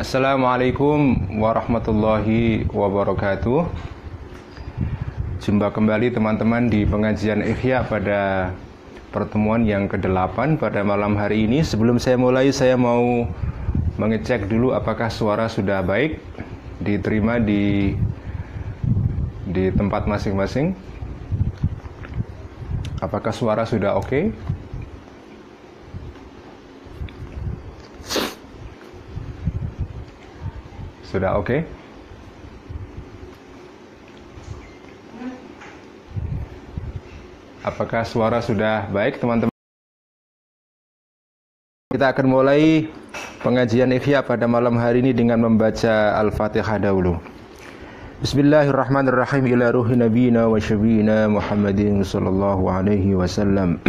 Assalamualaikum warahmatullahi wabarakatuh. Jumpa kembali teman-teman di pengajian Ihya pada pertemuan yang ke-8 pada malam hari ini. Sebelum saya mulai, saya mau mengecek dulu apakah suara sudah baik diterima di tempat masing-masing. Apakah suara sudah oke? Sudah oke? Apakah suara sudah baik, teman-teman? Kita akan mulai pengajian Ihya pada malam hari ini dengan membaca Al-Fatihah dahulu. Bismillahirrahmanirrahim. Ila ruhi nabiyina wa syafiina Muhammadin sallallahu alaihi wasallam.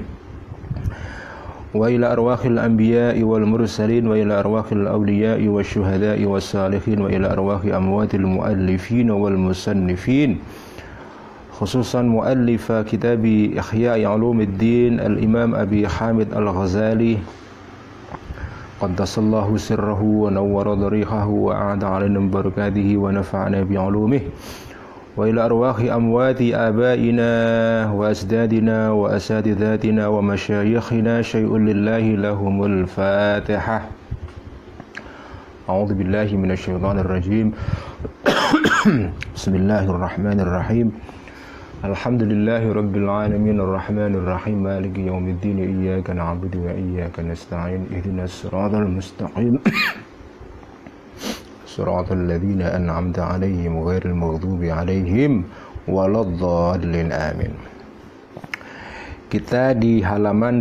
Wa ila arwahil anbiya'i wal mursalin wa ila arwahil awliya'i wasyuhada'i wassalihin wa ila arwahi amwatil muallifin wal musannifin, khususan muallifa kitabi Ihya Ulumuddin al-Imam Abi Hamid Al-Ghazali qaddasallahu sirrahu wa nawwara dharihahu wa a'ada 'alaina barakatihi wa nafa'ana bi 'ulumihi wa ila arwahi amwati abaina wa asdadina wa asatidatina wa masyayikhina syai'un lillahi lahumul fatihah. A'udzu billahi minasyaitonir rajim. Bismillahirrahmanirrahim. Alhamdulillahi rabbil alamin arrahmanir rahim maliki yaumiddin iyyaka na'budu wa iyyaka nasta'in ihdinas siratal mustaqim siratal ladzina an'amta 'alaihim ghairil maghdubi 'alaihim waladdallin amin. Kita di halaman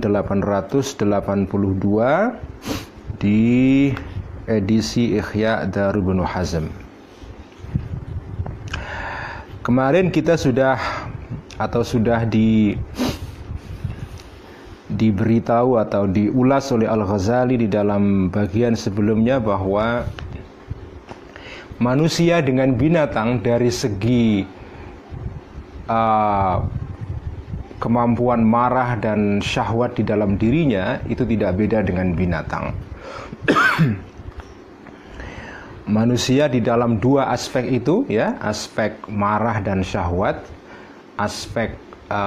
882 di edisi Ihya Dar Ibnu Hazm. Kemarin kita sudah diberitahu atau diulas oleh Al-Ghazali di dalam bagian sebelumnya bahwa manusia dengan binatang dari segi kemampuan marah dan syahwat di dalam dirinya itu tidak beda dengan binatang. Manusia di dalam dua aspek itu, ya, aspek marah dan syahwat, aspek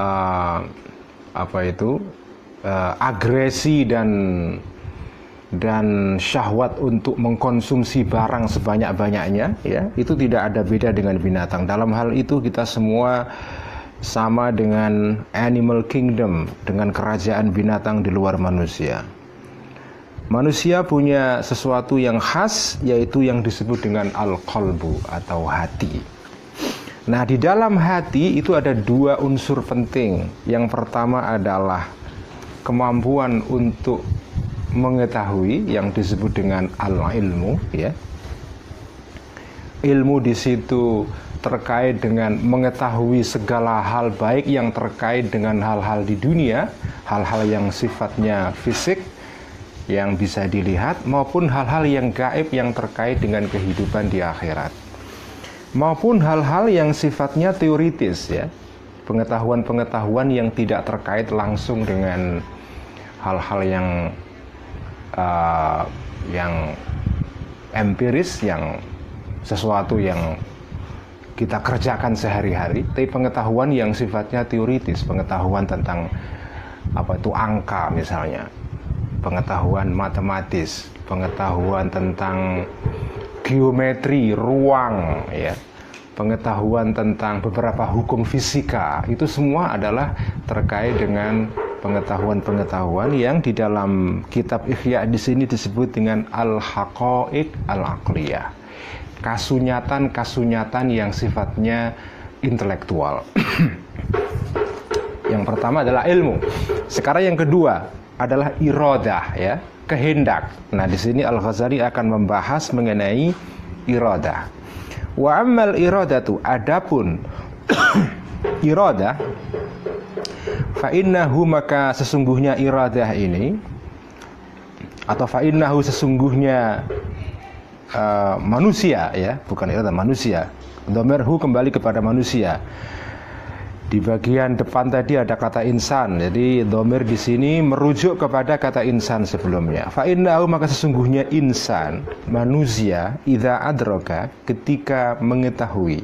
agresi dan syahwat untuk mengkonsumsi barang sebanyak-banyaknya, ya, itu tidak ada beda dengan binatang. Dalam hal itu kita semua sama dengan animal kingdom, dengan kerajaan binatang di luar manusia. Manusia punya sesuatu yang khas, yaitu yang disebut dengan al-qalbu atau hati. Nah, di dalam hati itu ada dua unsur penting. Yang pertama adalah kemampuan untuk mengetahui yang disebut dengan al-ilmu, ya. Ilmu di situ terkait dengan mengetahui segala hal, baik yang terkait dengan hal-hal di dunia, hal-hal yang sifatnya fisik yang bisa dilihat, maupun hal-hal yang gaib yang terkait dengan kehidupan di akhirat, maupun hal-hal yang sifatnya teoritis, ya, pengetahuan-pengetahuan yang tidak terkait langsung dengan hal-hal yang empiris, yang sesuatu yang kita kerjakan sehari-hari, tapi pengetahuan yang sifatnya teoritis, pengetahuan tentang angka misalnya, pengetahuan matematis, pengetahuan tentang geometri ruang, ya, pengetahuan tentang beberapa hukum fisika. Itu semua adalah terkait dengan pengetahuan-pengetahuan yang di dalam kitab Ihya di sini disebut dengan al-haqaiq al-aqliyah, kasunyatan-kasunyatan yang sifatnya intelektual. Yang pertama adalah ilmu. Sekarang yang kedua adalah iradah, ya, kehendak. Nah, di sini Al-Ghazali akan membahas mengenai iradah. Wa ammal iradatu, adapun iradah, fa innahu, maka sesungguhnya iradah ini, atau fa innahu sesungguhnya manusia, ya, bukan iradah, manusia. Dhamirhu kembali kepada manusia. Di bagian depan tadi ada kata insan, jadi dhamir di sini merujuk kepada kata insan sebelumnya. Fa innahu, maka sesungguhnya insan, manusia, idza adraka, ketika mengetahui.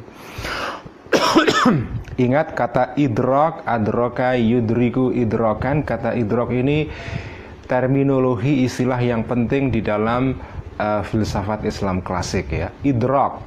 Ingat kata idrok, adroka, yudriku, idrokan. Kata idrok ini terminologi istilah yang penting di dalam filsafat Islam klasik ya. Idrok,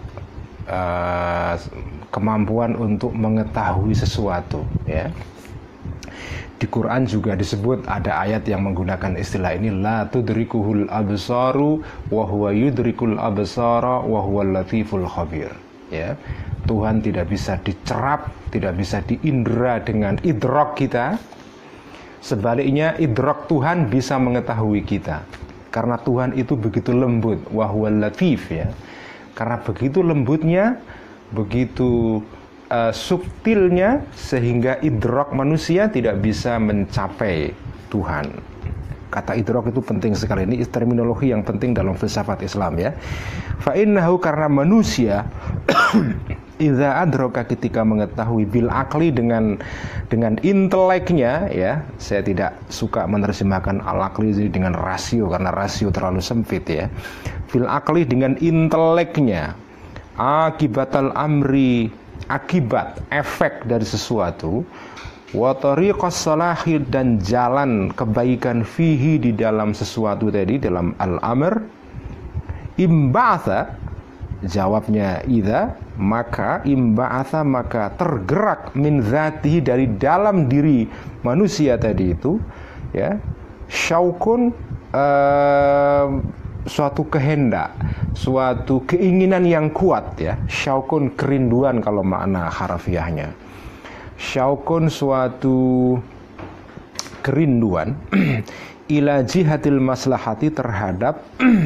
kemampuan untuk mengetahui sesuatu ya. Di Quran juga disebut, ada ayat yang menggunakan istilah ini, la tudrikuhul absaru wa huwa yudrikul absara wa huwal latiful khabir ya. Tuhan tidak bisa dicerap, tidak bisa diindra dengan idrok kita. Sebaliknya idrok Tuhan bisa mengetahui kita, karena Tuhan itu begitu lembut, wa huwal latif ya. Karena begitu lembutnya, begitu subtilnya, sehingga idrok manusia tidak bisa mencapai Tuhan. Kata idrok itu penting sekali, ini terminologi yang penting dalam filsafat Islam ya. Fa innahu, karena manusia idza adraka, ketika mengetahui, bil akli, dengan inteleknya ya. Saya tidak suka menerjemahkan al akli dengan rasio, karena rasio terlalu sempit ya. Bil akli, dengan inteleknya, akibatal amri, akibat, efek dari sesuatu, wa tariqas salahi, dan jalan kebaikan, fihi, di dalam sesuatu tadi, dalam al-amr. Imba'atha, jawabnya idza, maka imba'atha, maka tergerak, min dzatihi, dari dalam diri manusia tadi itu ya, syaukun, suatu kehendak, suatu keinginan yang kuat ya. Syaukun, kerinduan kalau makna harafiahnya. Syaukun, suatu kerinduan, ila jihatil maslahati, terhadap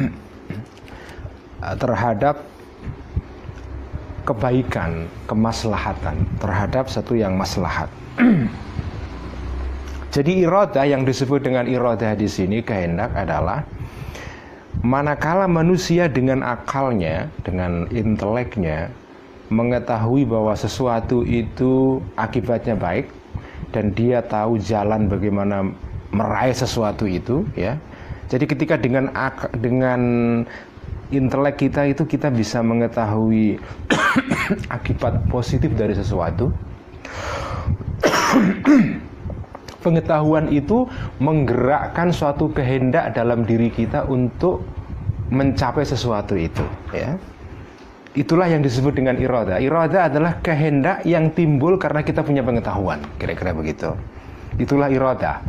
kebaikan, kemaslahatan, terhadap satu yang maslahat. Jadi iradah, yang disebut dengan iradah di sini, kehendak, adalah manakala manusia dengan akalnya, dengan inteleknya, mengetahui bahwa sesuatu itu akibatnya baik, dan dia tahu jalan bagaimana meraih sesuatu itu ya. Jadi ketika dengan intelek kita itu, kita bisa mengetahui akibat positif dari sesuatu. Pengetahuan itu menggerakkan suatu kehendak dalam diri kita untuk mencapai sesuatu itu ya. Itulah yang disebut dengan iradah. Iradah adalah kehendak yang timbul karena kita punya pengetahuan, kira-kira begitu. Itulah iradah.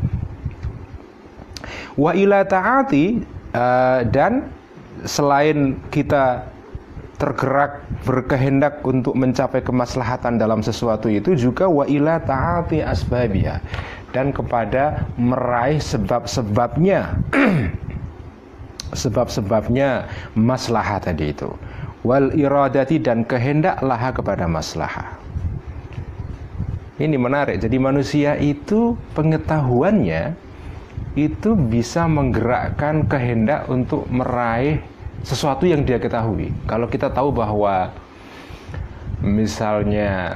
Wa ila ta'ati, dan selain kita tergerak berkehendak untuk mencapai kemaslahatan dalam sesuatu itu, juga wa ila ta'ati asbabiyah, dan kepada meraih sebab-sebabnya sebab-sebabnya maslahah tadi itu. Wal iradati, dan kehendak laha, kepada maslahah. Ini menarik. Jadi manusia itu pengetahuannya itu bisa menggerakkan kehendak untuk meraih sesuatu yang dia ketahui. Kalau kita tahu bahwa misalnya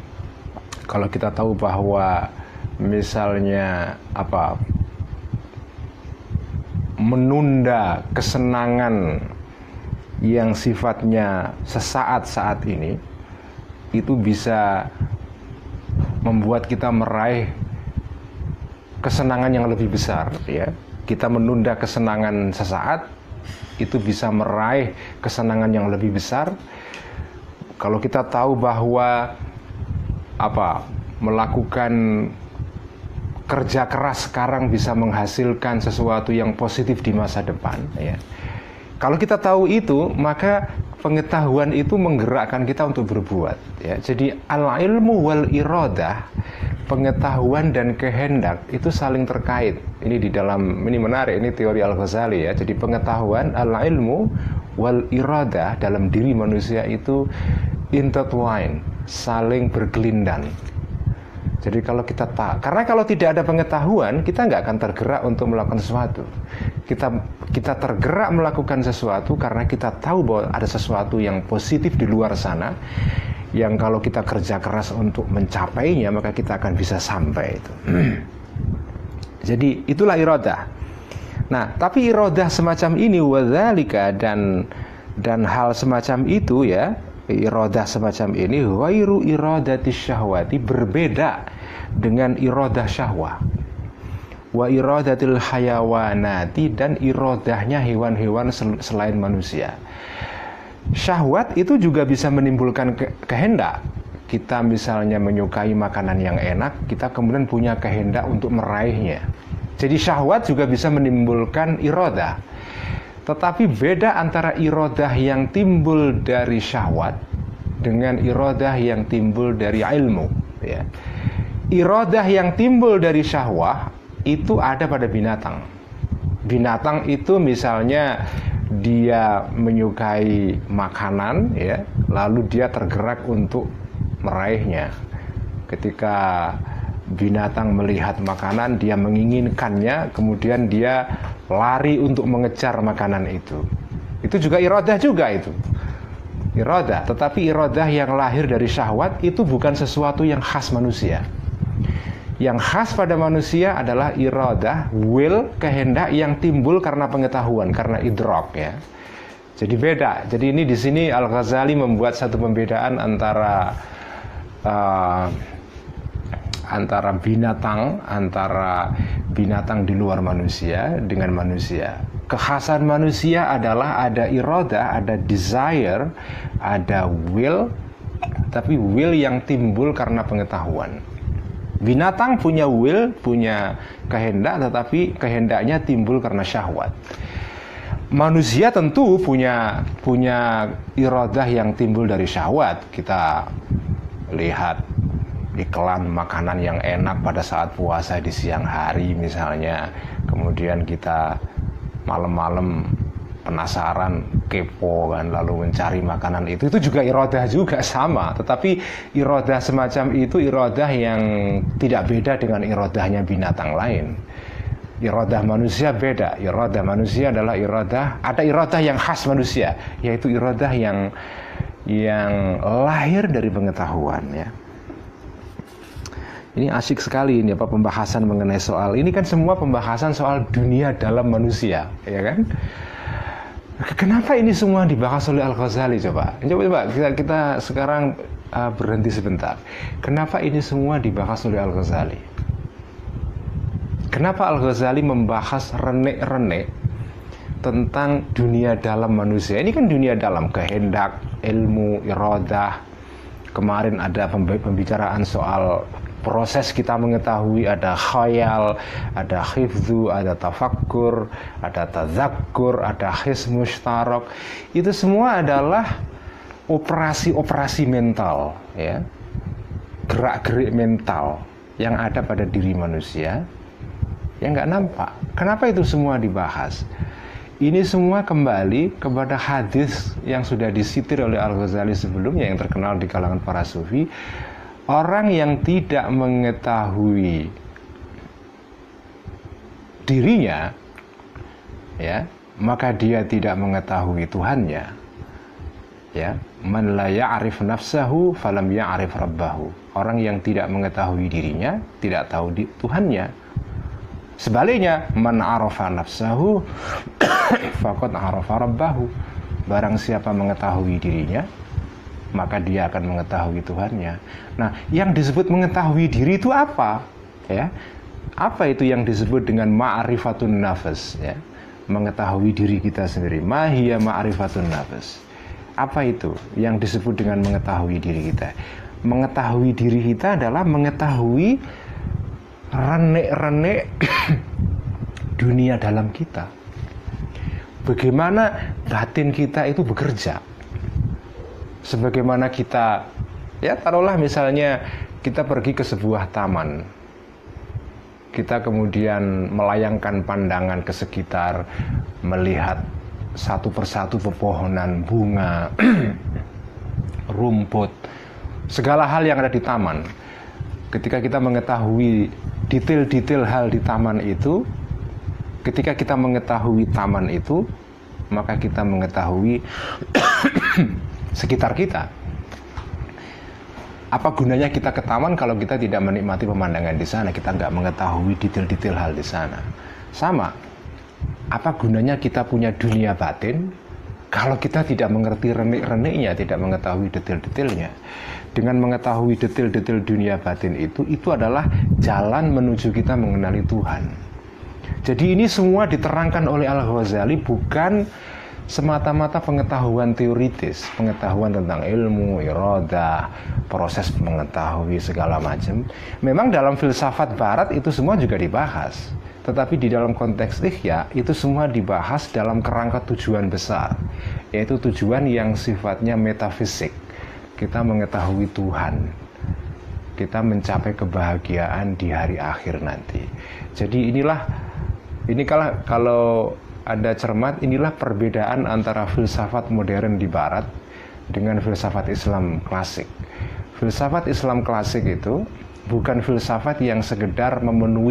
menunda kesenangan yang sifatnya sesaat saat ini, itu bisa membuat kita meraih kesenangan yang lebih besar ya. Kita menunda kesenangan sesaat, itu bisa meraih kesenangan yang lebih besar. Kalau kita tahu bahwa melakukan kerja keras sekarang bisa menghasilkan sesuatu yang positif di masa depan ya. Kalau kita tahu itu, maka pengetahuan itu menggerakkan kita untuk berbuat ya. Jadi al-ilmu wal iradah, pengetahuan dan kehendak itu saling terkait. Ini menarik, ini teori Al-Ghazali ya. Jadi pengetahuan, al-ilmu wal iradah dalam diri manusia itu intertwine, saling berkelindan. Jadi karena kalau tidak ada pengetahuan, kita nggak akan tergerak untuk melakukan sesuatu. Kita tergerak melakukan sesuatu karena kita tahu bahwa ada sesuatu yang positif di luar sana yang kalau kita kerja keras untuk mencapainya maka kita akan bisa sampai itu. Jadi itulah iradah. Nah, tapi iradah semacam ini wadzalika dan hal semacam itu ya, iradah semacam ini ghairu iradati syahwati, berbeda dengan iradah syahwah. Wa iradatil hayawanati, dan iradahnya hewan-hewan selain manusia. Syahwat itu juga bisa menimbulkan kehendak. Kita misalnya menyukai makanan yang enak, kita kemudian punya kehendak untuk meraihnya. Jadi syahwat juga bisa menimbulkan iradah. Tetapi beda antara iradah yang timbul dari syahwat dengan iradah yang timbul dari ilmu, ya. Iradah yang timbul dari syahwah itu ada pada binatang. Binatang itu misalnya dia menyukai makanan, ya, lalu dia tergerak untuk meraihnya. Ketika binatang melihat makanan, dia menginginkannya, kemudian dia lari untuk mengejar makanan itu. Itu juga iradah juga itu. Iradah, tetapi iradah yang lahir dari syahwat itu bukan sesuatu yang khas manusia. Yang khas pada manusia adalah iradah, will, kehendak yang timbul karena pengetahuan, karena idrak, ya. Jadi beda. Jadi ini di sini Al-Ghazali membuat satu pembedaan antara binatang di luar manusia dengan manusia. Kekhasan manusia adalah ada iradah, ada desire, ada will, tapi will yang timbul karena pengetahuan. Binatang punya will, punya kehendak, tetapi kehendaknya timbul karena syahwat. Manusia tentu punya iradah yang timbul dari syahwat. Kita lihat iklan makanan yang enak pada saat puasa di siang hari misalnya, kemudian kita malam-malam penasaran, kepo kan, lalu mencari makanan itu juga iradah juga sama. Tetapi iradah semacam itu iradah yang tidak beda dengan iradahnya binatang lain. Iradah manusia beda. Iradah manusia adalah ada iradah yang khas manusia, yaitu iradah yang lahir dari pengetahuan, ya. Ini asyik sekali ini apa pembahasan mengenai soal ini, kan semua pembahasan soal dunia dalam manusia, ya kan? Kenapa ini semua dibahas oleh Al-Ghazali coba? Coba kita sekarang berhenti sebentar. Kenapa ini semua dibahas oleh Al-Ghazali? Kenapa Al-Ghazali membahas renek-renek tentang dunia dalam manusia? Ini kan dunia dalam, kehendak, ilmu, iradah. Kemarin ada pembicaraan soal proses kita mengetahui, ada khayal, ada hifdzu, ada tafakkur, ada tazakkur, ada his mushtarak. Itu semua adalah operasi-operasi mental, ya, gerak-gerik mental yang ada pada diri manusia yang nggak nampak. Kenapa itu semua dibahas? Ini semua kembali kepada hadis yang sudah disitir oleh Al-Ghazali sebelumnya, yang terkenal di kalangan para sufi. Orang yang tidak mengetahui dirinya, ya, maka dia tidak mengetahui Tuhannya. Ya, man la ya'rif nafsahu falam ya'rif rabbahu. Orang yang tidak mengetahui dirinya tidak tahu Tuhannya. Sebaliknya, man arafa nafsahu faqad arafa rabbahu. Barang siapa mengetahui dirinya, maka dia akan mengetahui Tuhannya. Nah, yang disebut mengetahui diri itu apa? Ya, apa itu yang disebut dengan ma'rifatun nafs? Ya, mengetahui diri kita sendiri. Ma hiya ma'rifatun nafs? Apa itu yang disebut dengan mengetahui diri kita? Mengetahui diri kita adalah mengetahui renek-renek dunia dalam kita. Bagaimana batin kita itu bekerja. Sebagaimana kita, ya taruhlah misalnya kita pergi ke sebuah taman, kita kemudian melayangkan pandangan ke sekitar, melihat satu persatu pepohonan, bunga, rumput, segala hal yang ada di taman. Ketika kita mengetahui detail-detail hal di taman itu, ketika kita mengetahui taman itu, maka kita mengetahui sekitar kita. Apa gunanya kita ke taman kalau kita tidak menikmati pemandangan di sana, kita nggak mengetahui detail-detail hal di sana. Sama, apa gunanya kita punya dunia batin kalau kita tidak mengerti renik-reniknya, tidak mengetahui detail-detailnya. Dengan mengetahui detail-detail dunia batin itu adalah jalan menuju kita mengenali Tuhan. Jadi ini semua diterangkan oleh Al-Ghazali bukan semata-mata pengetahuan teoritis, pengetahuan tentang ilmu, iradah, proses mengetahui segala macam. Memang dalam filsafat barat itu semua juga dibahas. Tetapi di dalam konteks ihya itu semua dibahas dalam kerangka tujuan besar, yaitu tujuan yang sifatnya metafisik. Kita mengetahui Tuhan, kita mencapai kebahagiaan di hari akhir nanti. Jadi ini kalau Anda cermat, inilah perbedaan antara filsafat modern di barat dengan filsafat Islam klasik. Filsafat Islam klasik itu bukan filsafat yang sekedar memenuhi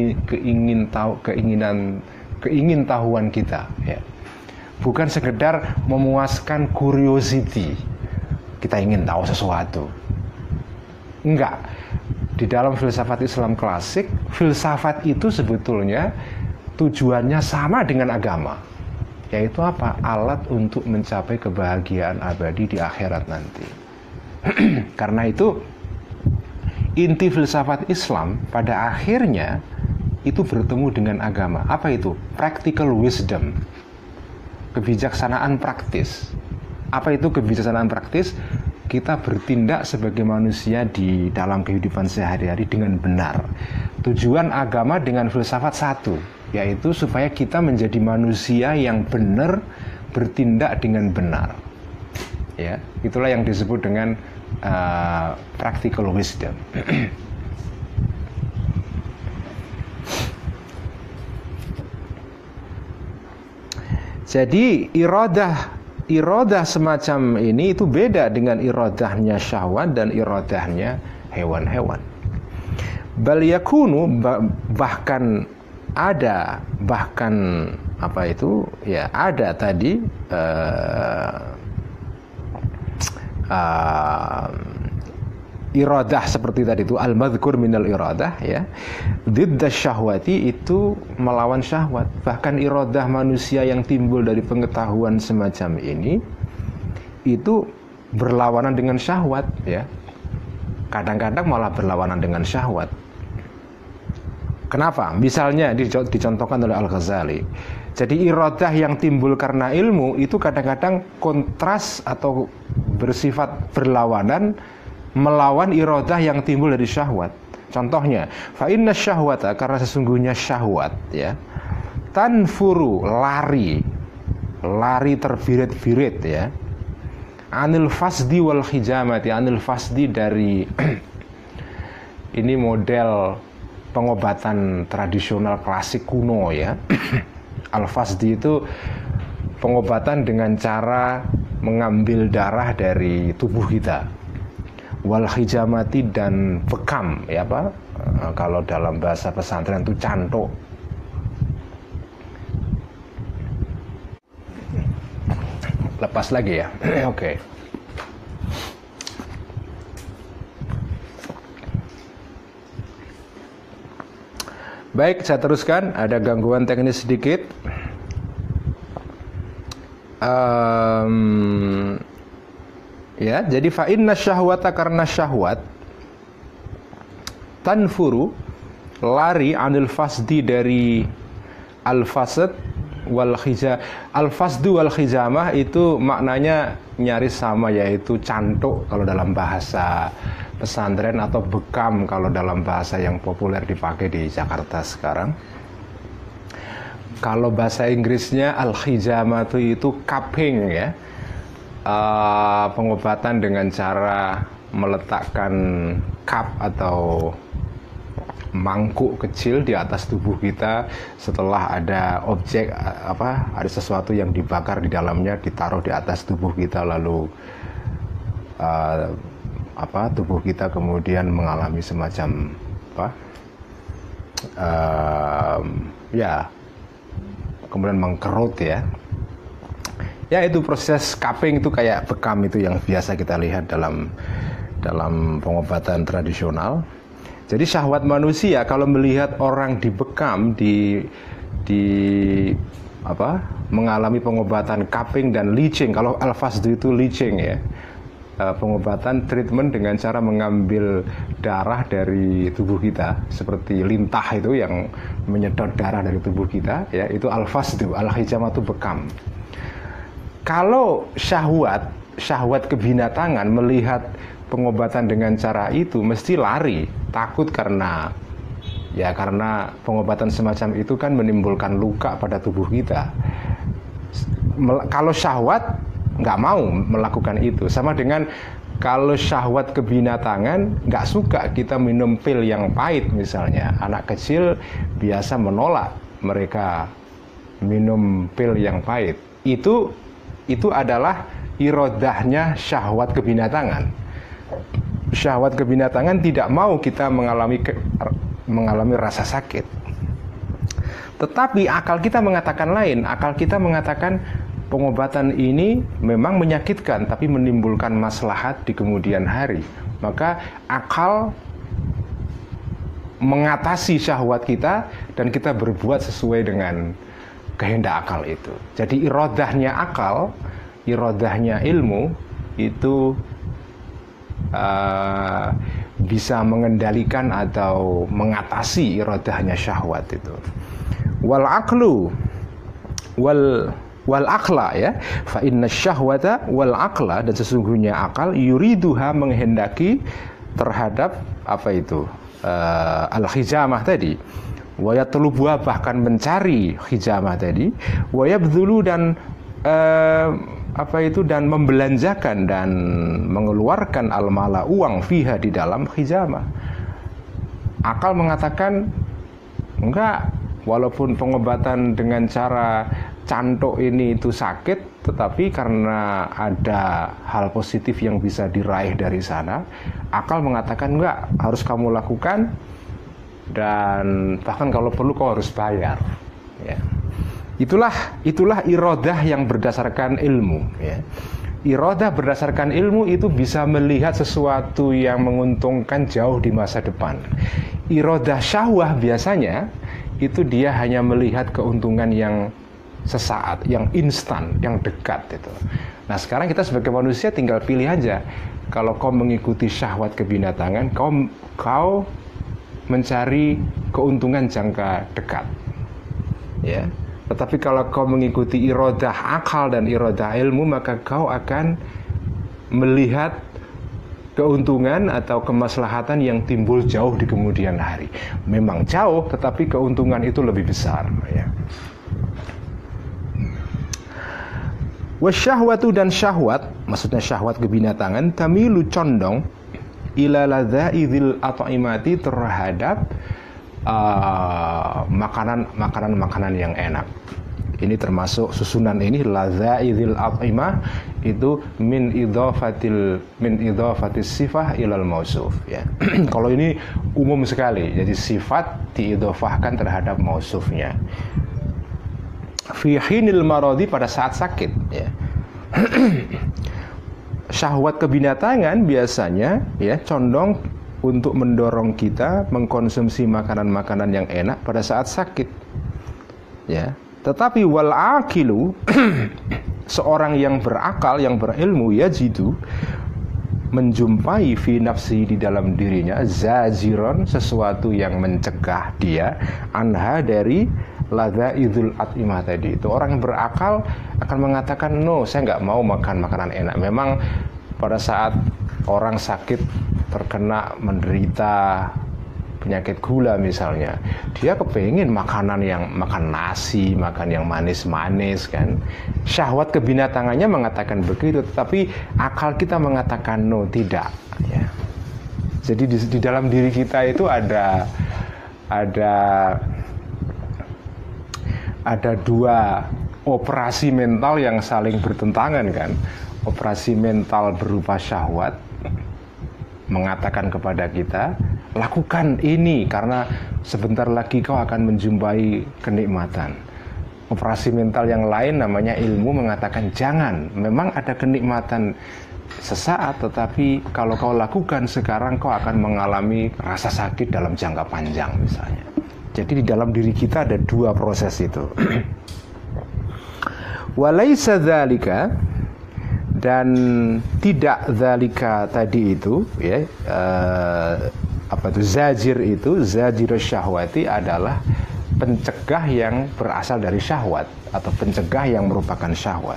keingintahuan kita, ya. Bukan sekedar memuaskan curiosity, kita ingin tahu sesuatu. Enggak. Di dalam filsafat Islam klasik, filsafat itu sebetulnya tujuannya sama dengan agama, yaitu apa? Alat untuk mencapai kebahagiaan abadi di akhirat nanti. Karena itu inti filsafat Islam pada akhirnya itu bertemu dengan agama. Apa itu? Practical wisdom, kebijaksanaan praktis. Apa itu kebijaksanaan praktis? Kita bertindak sebagai manusia di dalam kehidupan sehari-hari dengan benar. Tujuan agama dengan filsafat satu, yaitu supaya kita menjadi manusia yang benar, bertindak dengan benar. Ya, itulah yang disebut dengan practical wisdom. Jadi iradah semacam ini itu beda dengan iradahnya syahwat dan iradahnya hewan-hewan. Bal yakunu, bahkan ada tadi iradah seperti tadi itu, al-madhkur minal iradah, ya. Didda syahwati itu melawan syahwat. Bahkan iradah manusia yang timbul dari pengetahuan semacam ini itu berlawanan dengan syahwat, ya. Kadang-kadang malah berlawanan dengan syahwat. Kenapa? Misalnya dicontohkan oleh Al-Ghazali. Jadi iradah yang timbul karena ilmu itu kadang-kadang kontras atau bersifat berlawanan melawan iradah yang timbul dari syahwat. Contohnya, fa inna syahwata, karena sesungguhnya syahwat, ya, tanfuru, lari terbirit-birit, ya, anil fasdi wal hijamati, anil fasdi dari ini model pengobatan tradisional klasik kuno, ya. Al-fasdi itu pengobatan dengan cara mengambil darah dari tubuh kita. Wal hijamati, dan bekam, ya, apa? Kalau dalam bahasa pesantren itu cantuk. Lepas lagi, ya. Oke. Baik, saya teruskan. Ada gangguan teknis sedikit. Ya, jadi fa inna syahwata, karena syahwat tanfuru, lari, anil fasdi, dari al-fasd wal khija. Al-fasdu wal khijamah itu maknanya nyaris sama, yaitu cantuk kalau dalam bahasa pesantren, atau bekam kalau dalam bahasa yang populer dipakai di Jakarta sekarang. Kalau bahasa Inggrisnya al-khijamah itu cupping, ya. Pengobatan dengan cara meletakkan cup atau mangkuk kecil di atas tubuh kita setelah ada objek, ada sesuatu yang dibakar di dalamnya, ditaruh di atas tubuh kita, lalu tubuh kita kemudian mengalami semacam kemudian mengkerut, ya. Ya, itu proses cupping itu kayak bekam itu yang biasa kita lihat dalam pengobatan tradisional. Jadi syahwat manusia kalau melihat orang dibekam, mengalami pengobatan cupping dan leaching. Kalau al-fasdu itu leaching ya, pengobatan treatment dengan cara mengambil darah dari tubuh kita, seperti lintah itu yang menyedot darah dari tubuh kita ya, itu al-fasdu, al-hijamah itu bekam. Kalau syahwat kebinatangan melihat pengobatan dengan cara itu mesti lari, takut karena pengobatan semacam itu kan menimbulkan luka pada tubuh kita. Kalau syahwat nggak mau melakukan itu. Sama dengan kalau syahwat kebinatangan nggak suka kita minum pil yang pahit misalnya. Anak kecil biasa menolak mereka minum pil yang pahit. Itu adalah irodahnya syahwat kebinatangan. Syahwat kebinatangan tidak mau kita mengalami rasa sakit. Tetapi akal kita mengatakan lain. Akal kita mengatakan pengobatan ini memang menyakitkan tapi menimbulkan maslahat di kemudian hari. Maka akal mengatasi syahwat kita dan kita berbuat sesuai dengan kehendak akal itu. Jadi irodahnya akal, irodahnya ilmu itu bisa mengendalikan atau mengatasi irodahnya syahwat itu. Wal aqlu wal aqla ya, fa inna syahwata wal aqla, dan sesungguhnya akal yuriduha menghendaki terhadap apa itu al hijamah tadi, wa yatlubuha bahkan mencari hijamah tadi, wa yabdzulu dan dan membelanjakan dan mengeluarkan al-mala uang fiha di dalam hijamah. Akal mengatakan enggak, walaupun pengobatan dengan cara cantuk ini itu sakit, tetapi karena ada hal positif yang bisa diraih dari sana, akal mengatakan enggak, harus kamu lakukan, dan bahkan kalau perlu kau harus bayar ya. Itulah irodah yang berdasarkan ilmu ya. Irodah berdasarkan ilmu itu bisa melihat sesuatu yang menguntungkan jauh di masa depan. Irodah syahwah biasanya itu dia hanya melihat keuntungan yang sesaat, yang instan, yang dekat itu. Nah sekarang kita sebagai manusia tinggal pilih aja. Kalau kau mengikuti syahwat kebinatangan, kau mencari keuntungan jangka dekat ya. Tetapi kalau kau mengikuti irodah akal dan irodah ilmu, maka kau akan melihat keuntungan atau kemaslahatan yang timbul jauh di kemudian hari. Memang jauh, tetapi keuntungan itu lebih besar ya. Wasyahwatu, dan syahwat, maksudnya syahwat kebinatangan, tamilu condong ila ladzaizil at'imati, terhadap makanan yang enak. Ini termasuk susunan ini, ladzaizil at'imah itu min idhafatis sifah ilal mausuf ya. Kalau ini umum sekali, jadi sifat diidhafahkan terhadap mausufnya. Fi hinil maradi, pada saat sakit ya. Syahwat kebinatangan biasanya ya condong untuk mendorong kita mengkonsumsi makanan-makanan yang enak pada saat sakit ya. Tetapi wal aqilu seorang yang berakal, yang berilmu, yajidu, menjumpai fi nafsi, di dalam dirinya, zajiron, sesuatu yang mencegah dia, anha, dari ladzaizul at'imah tadi. Itu orang yang berakal akan mengatakan, no, saya nggak mau makan makanan enak. Memang pada saat orang sakit, terkena, menderita penyakit gula misalnya, dia kepengin makan nasi, makan yang manis-manis kan. Syahwat kebinatangannya mengatakan begitu, tetapi akal kita mengatakan no, tidak ya. Jadi di dalam diri kita itu ada dua operasi mental yang saling bertentangan kan. Operasi mental berupa syahwat mengatakan kepada kita, lakukan ini karena sebentar lagi kau akan menjumpai kenikmatan. operasi mental yang lain namanya ilmu mengatakan jangan. Memang ada kenikmatan sesaat, tetapi kalau kau lakukan sekarang kau akan mengalami rasa sakit dalam jangka panjang misalnya. Jadi di dalam diri kita ada dua proses itu. Walaisa dzalika, dan tidak dzalika tadi itu ya, zajir itu, zajirus syahwati adalah pencegah yang berasal dari syahwat atau pencegah yang merupakan syahwat.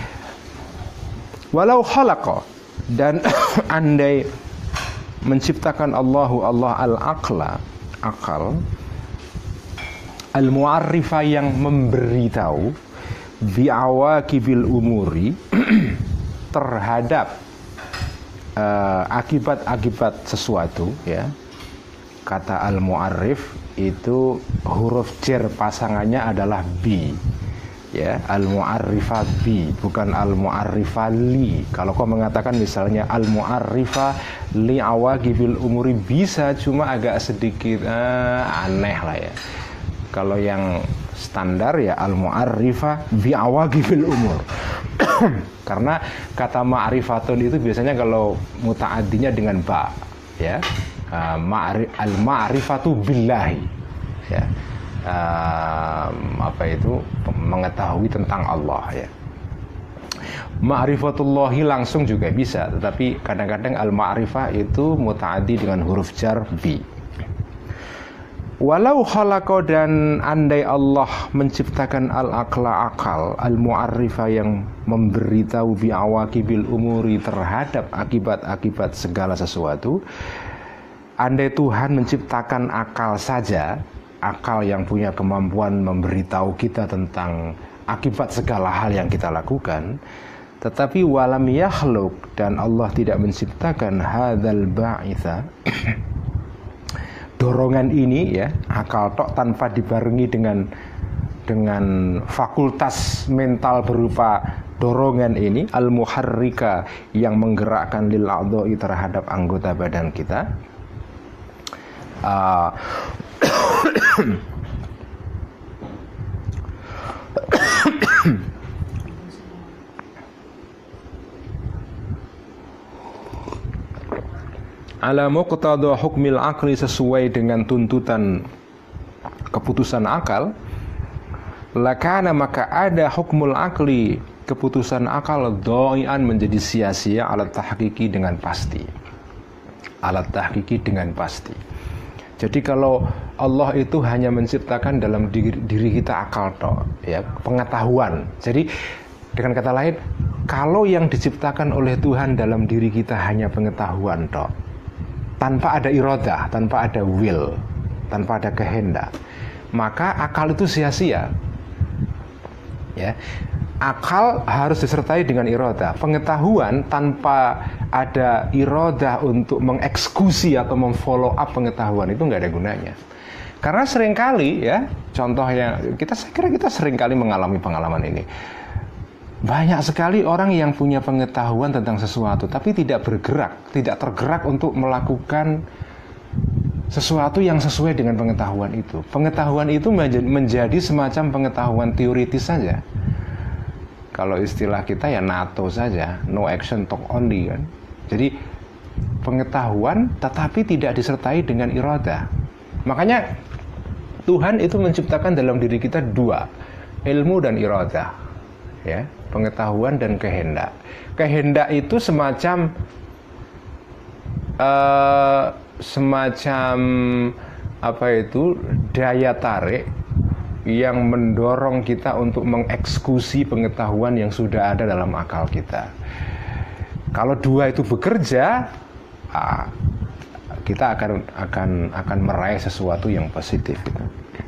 Walau khalaqa, dan andai menciptakan Allah al-aqla, akal, al-mu'arrifa yang memberitahu bi'awaqibil umuri terhadap akibat-akibat sesuatu ya. Kata al-mu'arrif itu huruf jar pasangannya adalah bi ya, al-mu'arrifa bi, bukan al-mu'arrifa li. Kalau kau mengatakan misalnya al-mu'arrifa li awaqibil umuri bisa, cuma agak sedikit aneh lah ya. Kalau yang standar ya al-mu'arrifa bi awaqibil umur. Karena kata ma'rifatun itu biasanya kalau muta'addinya dengan ba ya, al-ma'rifatu billahi ya, mengetahui tentang Allah ya. Ma'rifatullahi langsung juga bisa, tetapi kadang-kadang al-ma'rifah itu muta'addi dengan huruf jar bi. Walau khalaqa, dan andai Allah menciptakan al-aqla, akal, al-mu'arrifa yang memberitahu bi'awaqibil umuri terhadap akibat-akibat segala sesuatu. Andai Tuhan menciptakan akal saja, akal yang punya kemampuan memberitahu kita tentang akibat segala hal yang kita lakukan, tetapi walam yakhluq, dan Allah tidak menciptakan hadzal ba'itsa, dorongan ini ya, akal tok tanpa dibarengi dengan fakultas mental berupa dorongan ini, al-muharrika yang menggerakkan lil a'dha'i terhadap anggota badan kita. Ala muqtada hukmil aqli, sesuai dengan tuntutan keputusan akal. Lakana, maka ada hukmul aqli, keputusan akal, dha'ian menjadi sia-sia, alat tahqiqi dengan pasti. Alat tahqiqi dengan pasti. Jadi kalau Allah itu hanya menciptakan dalam diri kita akal toh ya, pengetahuan. Jadi dengan kata lain, kalau yang diciptakan oleh Tuhan dalam diri kita hanya pengetahuan toh, tanpa ada iradah, tanpa ada will, tanpa ada kehendak, maka akal itu sia-sia. Ya, akal harus disertai dengan iradah. Pengetahuan tanpa ada iradah untuk mengeksekusi atau memfollow up pengetahuan itu nggak ada gunanya. Karena seringkali ya, contohnya saya kira kita seringkali mengalami pengalaman ini. Banyak sekali orang yang punya pengetahuan tentang sesuatu tapi tidak tergerak untuk melakukan sesuatu yang sesuai dengan pengetahuan itu. Pengetahuan itu menjadi semacam pengetahuan teoritis saja. Kalau istilah kita ya NATO saja, no action talk only kan. Jadi pengetahuan tetapi tidak disertai dengan iradah. Makanya Tuhan itu menciptakan dalam diri kita dua, ilmu dan iradah. Ya, pengetahuan dan kehendak. Kehendak itu semacam daya tarik yang mendorong kita untuk mengeksekusi pengetahuan yang sudah ada dalam akal kita. Kalau dua itu bekerja, kita akan meraih sesuatu yang positif gitu.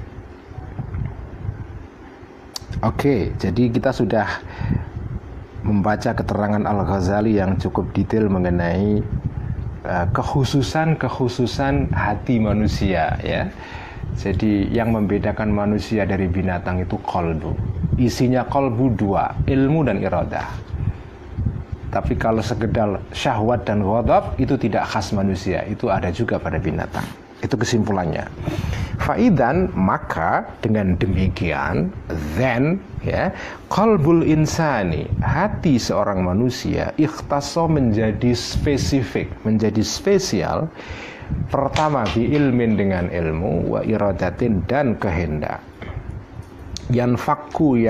Oke, jadi kita sudah membaca keterangan Al-Ghazali yang cukup detail mengenai kekhususan hati manusia ya. Jadi yang membedakan manusia dari binatang itu qalbu. Isinya qalbu dua, ilmu dan iradah. Tapi kalau sekedar syahwat dan ghadab itu tidak khas manusia, itu ada juga pada binatang. Itu kesimpulannya. Faidan, maka dengan demikian, then ya, qalbul insani, hati seorang manusia ikhtaso menjadi spesifik, menjadi spesial. Pertama bi ilmin, dengan ilmu, wa iradatin, dan kehendak. Yanfakku,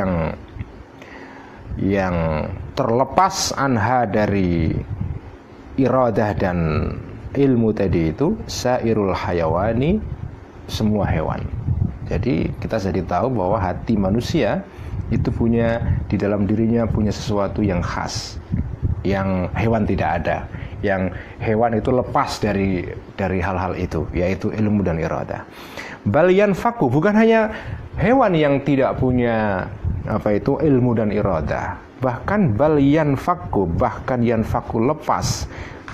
yang terlepas anha dari iradah dan ilmu tadi itu, sairul hayawani, semua hewan. Jadi kita jadi tahu bahwa hati manusia itu punya, di dalam dirinya punya sesuatu yang khas, yang hewan tidak ada, yang hewan itu lepas dari hal-hal itu, yaitu ilmu dan iradah. Bal yanfaku, bukan hanya hewan yang tidak punya ilmu dan iradah, bahkan bal yanfaku, bahkan yanfaku lepas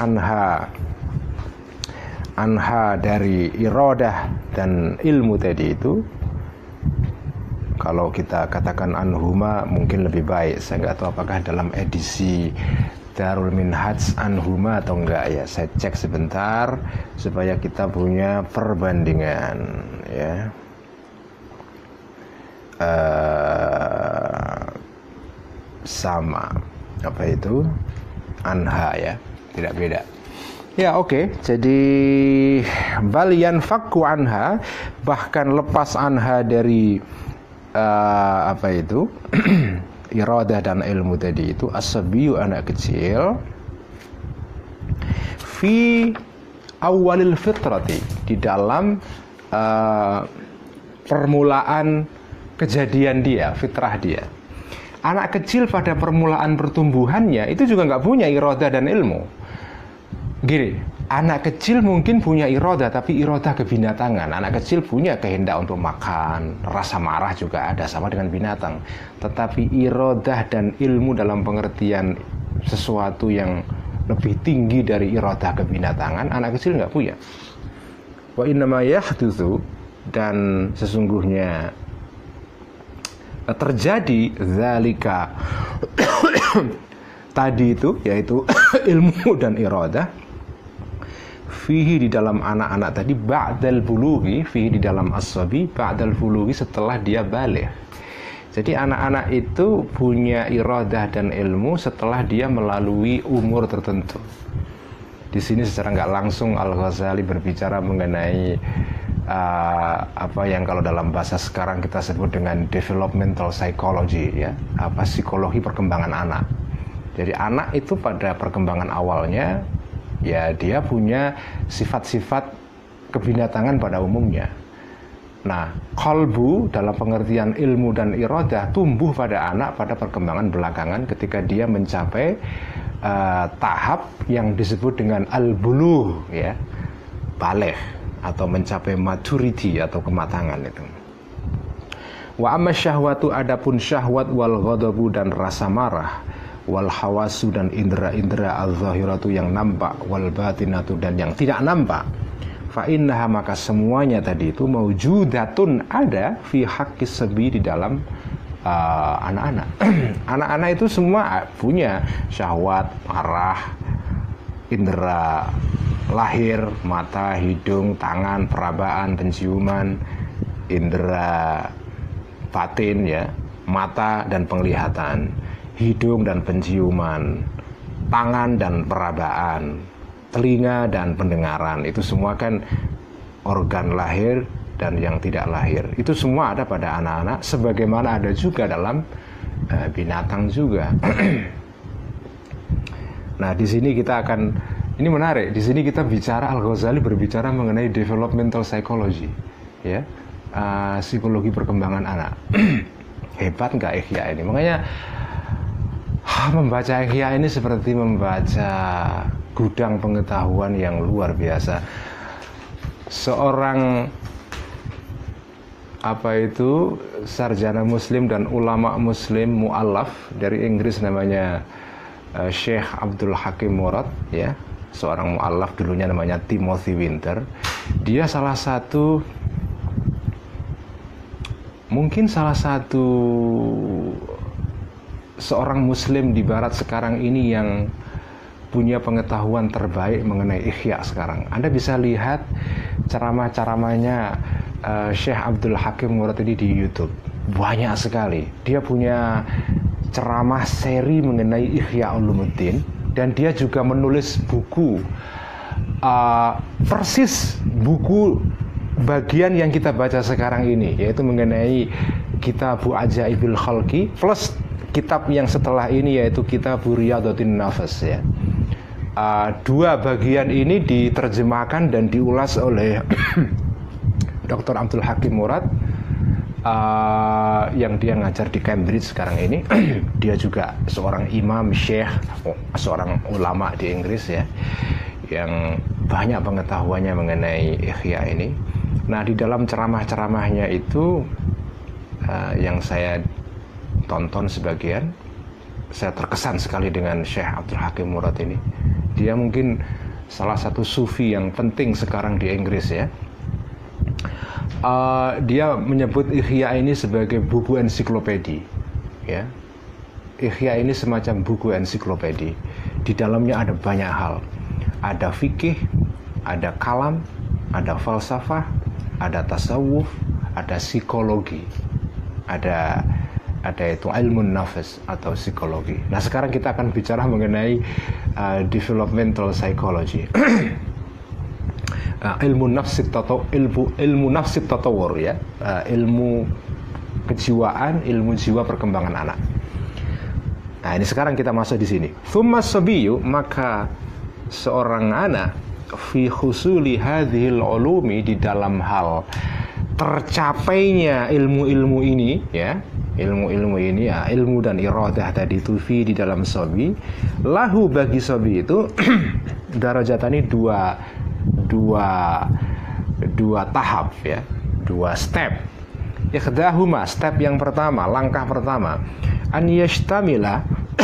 anha dari iradah dan ilmu tadi itu. Kalau kita katakan anhuma mungkin lebih baik. Saya nggak tahu apakah dalam edisi Darul Minhaj anhuma atau enggak ya. Saya cek sebentar supaya kita punya perbandingan ya. Sama anha ya, tidak beda. Ya oke. Jadi bal yanfakku anha, bahkan lepas anha dari iradah dan ilmu tadi itu, as-sabiyu, anak kecil, fi awalil fitrati, di dalam permulaan kejadian dia, fitrah dia. Anak kecil pada permulaan pertumbuhannya itu juga nggak punya iradah dan ilmu. Gini, anak kecil mungkin punya iradah, tapi iradah kebinatangan. Anak kecil punya kehendak untuk makan, rasa marah juga ada, sama dengan binatang. Tetapi iradah dan ilmu dalam pengertian sesuatu yang lebih tinggi dari iradah kebinatangan, anak kecil nggak punya. Wa innama yahdutsu, dan sesungguhnya terjadi zalika tadi itu, yaitu ilmu dan iradah, fihi, di dalam anak-anak tadi, ba'dal bulughi, fihi, di dalam as-sabi, ba'dal bulughi, setelah dia baligh. Jadi anak-anak itu punya iradah dan ilmu setelah dia melalui umur tertentu. Di sini secara nggak langsung Al-Ghazali berbicara mengenai apa yang kalau dalam bahasa sekarang kita sebut dengan developmental psychology ya, psikologi perkembangan anak. Jadi anak itu pada perkembangan awalnya ya dia punya sifat-sifat kebinatangan pada umumnya. Nah, qalbu dalam pengertian ilmu dan iradah tumbuh pada anak pada perkembangan belakangan ketika dia mencapai tahap yang disebut dengan al-bulugh ya, baligh, atau mencapai maturity atau kematangan itu. Wa amma syahwatu, adapun syahwat, wal ghadabu, dan rasa marah, wal hawasu, dan indera-indera al-zahiratu, yang nampak, wal batinatu, dan yang tidak nampak, fa innaha, maka semuanya tadi itu maujudatun, ada, fi haqqis sabi, di dalam anak-anak. Anak-anak itu semua punya syahwat, marah, indera lahir, mata, hidung, tangan, perabaan, penciuman, indera batin ya, mata dan penglihatan, hidung dan penciuman, tangan dan perabaan, telinga dan pendengaran. Itu semua kan organ lahir dan yang tidak lahir. Itu semua ada pada anak-anak, sebagaimana ada juga dalam binatang juga. Nah, di sini kita akan, ini menarik, di sini kita bicara, Al-Ghazali berbicara mengenai developmental psychology ya, psikologi perkembangan anak. Hebat nggak Ihya ini? Makanya membaca Ihya ini seperti membaca gudang pengetahuan yang luar biasa. Seorang sarjana muslim dan ulama muslim mu'allaf dari Inggris, namanya Syekh Abdul Hakim Murad ya, seorang mu'allaf, dulunya namanya Timothy Winter. Dia mungkin salah satu seorang muslim di barat sekarang ini yang punya pengetahuan terbaik mengenai ihya sekarang. Anda bisa lihat ceramah-ceramahnya Syekh Abdul Hakim Murad ini di YouTube. Banyak sekali. Dia punya ceramah seri mengenai Ihya Ulumuddin, dan dia juga menulis buku persis buku bagian yang kita baca sekarang ini, yaitu mengenai Kitabu Ajaibil Khalqi plus kitab yang setelah ini, yaitu Kitabu Riyadhatin Nafas ya. Dua bagian ini diterjemahkan dan diulas oleh Dr. Abdul Hakim Murad, yang dia ngajar di Cambridge sekarang ini. Dia juga seorang imam, syekh, seorang ulama di Inggris ya, yang banyak pengetahuannya mengenai ihya ini. Nah, di dalam ceramah-ceramahnya itu yang saya tonton sebagian, saya terkesan sekali dengan Syekh Abdul Hakim Murad ini. Dia mungkin salah satu sufi yang penting sekarang di Inggris ya. Dia menyebut Ihya ini sebagai buku ensiklopedi ya. Ihya ini semacam buku ensiklopedi. Di dalamnya ada banyak hal. Ada fikih, ada kalam, ada falsafah, ada tasawuf, ada psikologi, ada itu ilmu nafas atau psikologi. Nah, sekarang kita akan bicara mengenai developmental psychology. Ilmu nafsi tatawur ya, ilmu kejiwaan, ilmu jiwa perkembangan anak. Nah, ini sekarang kita masuk di sini. Tsumma sabiyu, maka seorang anak fi husuli hadhil ulumi, di dalam hal tercapainya ilmu-ilmu ini ya, ilmu-ilmu ini ya, ilmu dan iradah tadi itu fi di dalam sabi, lahu bagi sabi itu darajatani dua tahap ya, dua step. Ikhdahuma, step yang pertama, langkah pertama, an yashtamila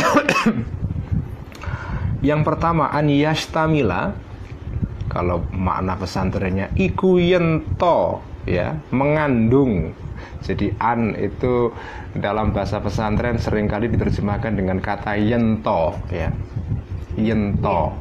yang pertama an yashtamila, kalau makna pesantrennya iku yento ya, mengandung. Jadi an itu dalam bahasa pesantren seringkali diterjemahkan dengan kata yento ya. Yento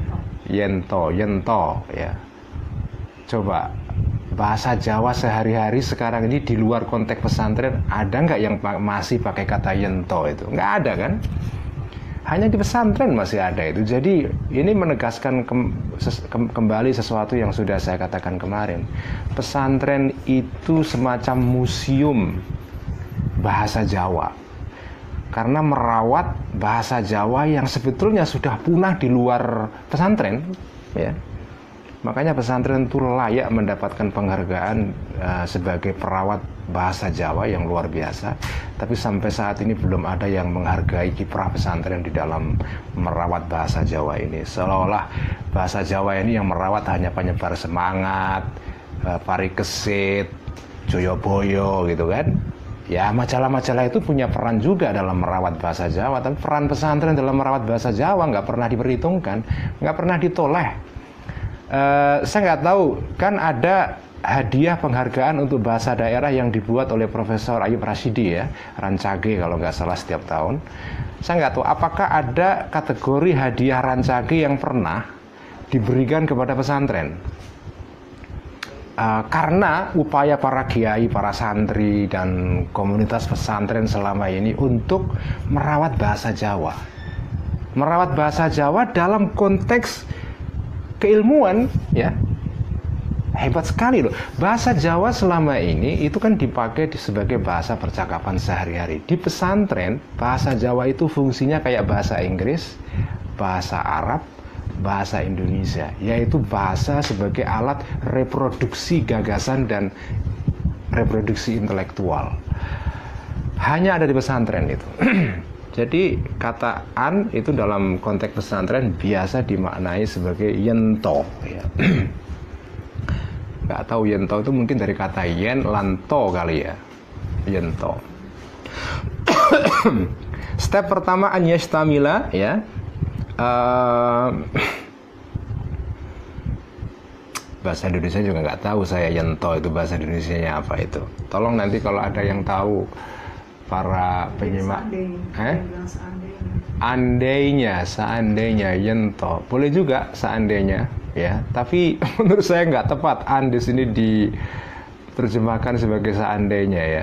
ya. Coba bahasa Jawa sehari-hari sekarang ini di luar konteks pesantren, ada nggak yang masih pakai kata yento itu? Nggak ada kan? Hanya di pesantren masih ada itu. Jadi ini menegaskan kembali sesuatu yang sudah saya katakan kemarin. Pesantren itu semacam museum bahasa Jawa, karena merawat bahasa Jawa yang sebetulnya sudah punah di luar pesantren ya. Makanya pesantren itu layak mendapatkan penghargaan sebagai perawat bahasa Jawa yang luar biasa. Tapi sampai saat ini belum ada yang menghargai kiprah pesantren di dalam merawat bahasa Jawa ini. Seolah-olah bahasa Jawa ini yang merawat hanya penyebar semangat, Parikesit, Joyoboyo gitu kan. Ya, majalah-majalah itu punya peran juga dalam merawat bahasa Jawa. Tapi peran pesantren dalam merawat bahasa Jawa nggak pernah diperhitungkan, nggak pernah ditoleh. Saya nggak tahu, kan ada hadiah penghargaan untuk bahasa daerah yang dibuat oleh Profesor Ayub Rashidi ya, Rancage kalau nggak salah setiap tahun. Saya nggak tahu apakah ada kategori hadiah Rancage yang pernah diberikan kepada pesantren. Karena upaya para kiai, para santri dan komunitas pesantren selama ini untuk merawat bahasa Jawa. Merawat bahasa Jawa dalam konteks keilmuan ya, hebat sekali loh. Bahasa Jawa selama ini itu kan dipakai sebagai bahasa percakapan sehari-hari. Di pesantren bahasa Jawa itu fungsinya kayak bahasa Inggris, bahasa Arab, bahasa Indonesia, yaitu bahasa sebagai alat reproduksi gagasan dan reproduksi intelektual. Hanya ada di pesantren itu. Jadi kata an itu dalam konteks pesantren biasa dimaknai sebagai yento ya. Nggak tahu yento itu mungkin dari kata yen lanto kali ya, yento. Step pertama an yashtamila ya. Bahasa Indonesia juga nggak tahu saya yento itu bahasa Indonesianya apa itu. Tolong nanti kalau ada yang tahu para penyimak. Seandainya yento, boleh juga seandainya ya, tapi menurut saya nggak tepat an di sini diterjemahkan sebagai seandainya ya.